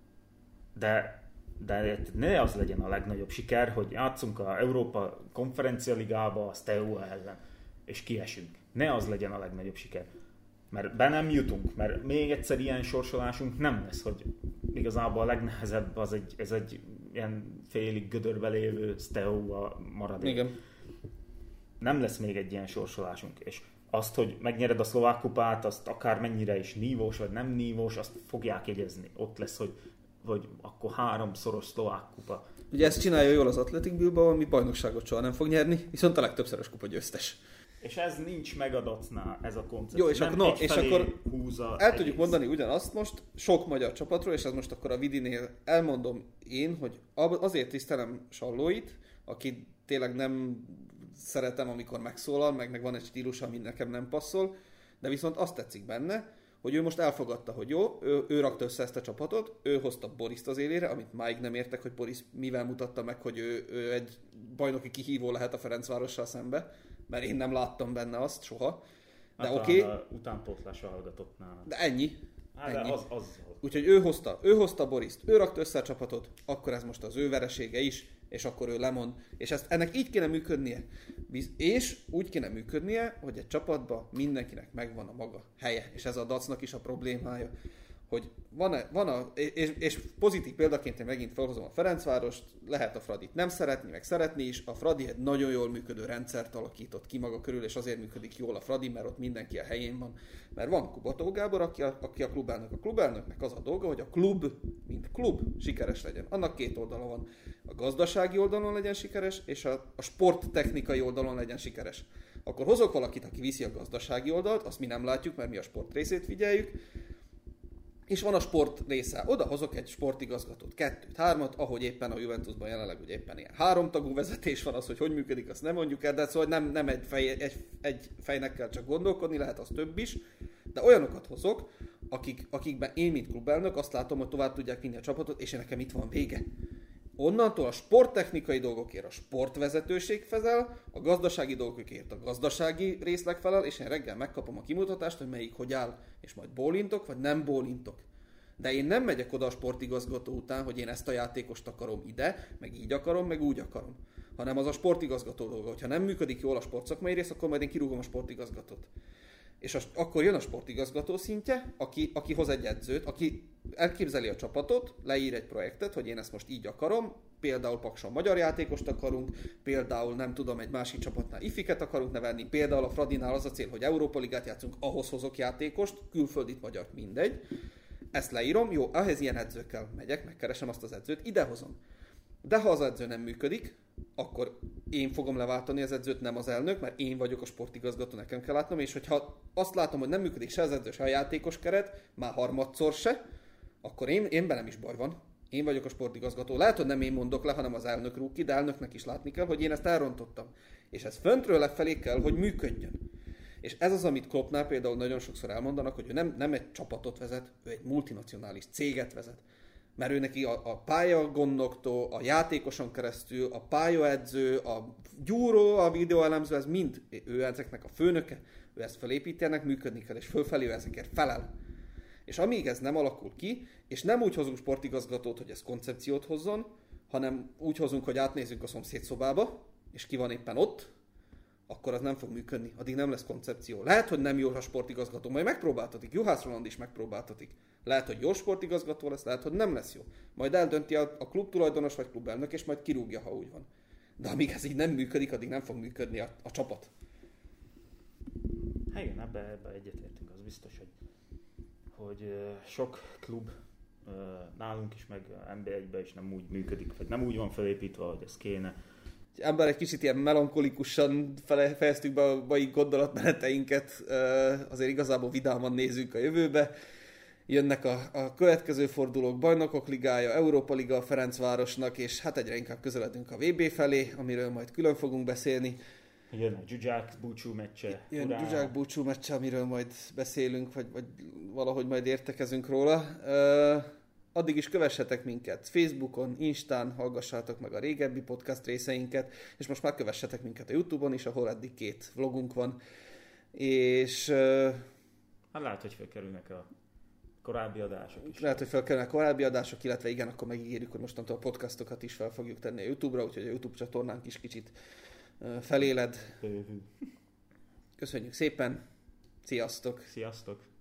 De ne az legyen a legnagyobb siker, hogy játszunk a Európa Konferencia Ligába a Steaua ellen, és kiesünk. Ne az legyen a legnagyobb siker. Mert be nem jutunk, mert még egyszer ilyen sorsolásunk nem lesz, hogy igazából a legnehezebb ez egy ilyen félig gödörbe lévő Steaua maradék. Igen. Nem lesz még egy ilyen sorsolásunk, és azt, hogy megnyered a szlovák kupát, azt akár mennyire is nívós vagy nem nívós, azt fogják jegyezni. Ott lesz, hogy akkor 3-szoros szlovák kupa. Ugye ezt csinálja jól az Athletic Bilbao, ami bajnokságot soha nem fog nyerni, viszont a legtöbbszörös kupa győztes. És ez nincs meg a DAC-nál, ez a koncepció. Jó, és akkor el tudjuk mondani ugyanazt most sok magyar csapatról, és ez most akkor a Vidinél elmondom én, hogy azért tisztelem Sallóit, aki tényleg nem szeretem, amikor megszólal, meg van egy stílusa, ami nekem nem passzol, de viszont azt tetszik benne, hogy ő most elfogadta, hogy jó, ő rakta össze ezt a csapatot, ő hozta Boriszt az élére, amit máig nem értek, hogy Boris mivel mutatta meg, hogy ő egy bajnoki kihívó lehet a Ferencvárossal szembe, mert én nem láttam benne azt soha. De oké. Utánpótlásra hallgatott nála. De ennyi. De az. Úgyhogy ő hozta Boriszt, ő rakta össze a csapatot, akkor ez most az ő veresége is, és akkor ő lemond. És ennek így kéne működnie. És úgy kéne működnie, hogy egy csapatban mindenkinek megvan a maga helye. És ez a DAC-nak is a problémája. Hogy és pozitív példaként én megint felhozom a Ferencvárost, lehet a Fradit nem szeretni, meg szeretni is. A Fradi egy nagyon jól működő rendszert alakított ki maga körül, és azért működik jól a Fradi, mert ott mindenki a helyén van. Mert van Kubató Gábor, aki a klubelnök. A klubelnöknek az a dolga, hogy a klub, mint klub sikeres legyen. Annak két oldala van. A gazdasági oldalon legyen sikeres, és a sporttechnikai oldalon legyen sikeres. Akkor hozok valakit, aki viszi a gazdasági oldalt, azt mi nem látjuk, mert mi a sport részét figyeljük, és van a sport része. Oda hozok egy sportigazgatót, 2-3, ahogy éppen a Juventusban jelenleg ugye éppen ilyen 3 tagú vezetés van, az, hogy működik, azt nem mondjuk el, de szóval nem egy fejnek kell csak gondolkodni, lehet az több is, de olyanokat hozok, akikben én, mint klubelnök, azt látom, hogy tovább tudják vinni a csapatot, és nekem itt van vége. Onnantól a sporttechnikai dolgokért a sportvezetőség felel, a gazdasági dolgokért a gazdasági részleg felel, és én reggel megkapom a kimutatást, hogy melyik hogy áll, és majd bólintok, vagy nem bólintok. De én nem megyek oda a sportigazgató után, hogy én ezt a játékost akarom ide, meg így akarom, meg úgy akarom. Hanem az a sportigazgató dolga. Hogyha nem működik jól a sportszakmai rész, akkor majd én kirúgom a sportigazgatót. És akkor jön a sportigazgató szintje, aki hoz egy edzőt, aki elképzeli a csapatot, leír egy projektet, hogy én ezt most így akarom, például Pakson magyar játékost akarunk, például nem tudom, egy másik csapatnál ifiket akarunk nevelni, például a Fradinál az a cél, hogy Európa Ligát játszunk, ahhoz hozok játékost, külföldit, magyart, mindegy. Ezt leírom, jó, ahhez ilyen edzőkkel megyek, megkeresem azt az edzőt, idehozom. De ha az edző nem működik, akkor én fogom leváltani az edzőt, nem az elnök, mert én vagyok a sportigazgató, nekem kell látnom, és hogyha azt látom, hogy nem működik se az edző, se a játékos keret, már harmadszor se, akkor én bennem is baj van. Én vagyok a sportigazgató. Lehet, hogy nem én mondok le, hanem az elnök rúg ki, de elnöknek is látni kell, hogy én ezt elrontottam. És ez föntről lefelé kell, hogy működjön. És ez az, amit Kloppnál például nagyon sokszor elmondanak, hogy ő nem egy csapatot vezet, ő egy multinacionális céget vezet. Mert ő neki a pályagondnoktól, a játékoson keresztül, a pályaedző, a gyúró, a videóelemző, ez mind ő ezeknek a főnöke, ő ezt felépíti, ennek működni kell, és fölfelé ezekért felel. És amíg ez nem alakul ki, és nem úgy hozunk sportigazgatót, hogy ez koncepciót hozzon, hanem úgy hozunk, hogy átnézzünk a szomszéd szobába, és ki van éppen ott, akkor az nem fog működni. Addig nem lesz koncepció. Lehet, hogy nem jó a sportigazgató, majd megpróbáltatik. Juhász Roland is megpróbáltatik. Lehet, hogy jó sportigazgató lesz, lehet, hogy nem lesz jó. Majd eldönti a klub tulajdonos vagy klubelnök, és majd kirúgja, ha úgy van. De amíg ez így nem működik, addig nem fog működni a csapat. Hát igen, ebbe egyetértünk, az biztos, hogy sok klub nálunk is, meg NB1-ben is nem úgy működik, vagy nem úgy van felépítve, hogy ez kéne. Ember egy kicsit ilyen melankolikusan fejeztük be a mai gondolatmeneteinket, azért igazából vidáman nézzünk a jövőbe. Jönnek a következő fordulók, Bajnokok Ligája, Európa Liga a Ferencvárosnak, és hát egyre inkább közeledünk a VB felé, amiről majd külön fogunk beszélni. Jön a Zsuzsák búcsú meccse. Jön a Zsuzsák búcsú meccse, amiről majd beszélünk, vagy valahogy majd értekezünk róla. Addig is kövessetek minket Facebookon, Instán, hallgassátok meg a régebbi podcast részeinket, és most már kövessetek minket a YouTube-on is, ahol eddig 2 vlogunk van. És... hát lehet, hogy felkerülnek a korábbi adások is. Lehet, hogy felkerülnek a korábbi adások, illetve igen, akkor megígérjük, hogy mostantól a podcastokat is fel fogjuk tenni a YouTube-ra, úgyhogy a YouTube csatornánk is kicsit feléled. Köszönjük szépen, sziasztok! Sziasztok!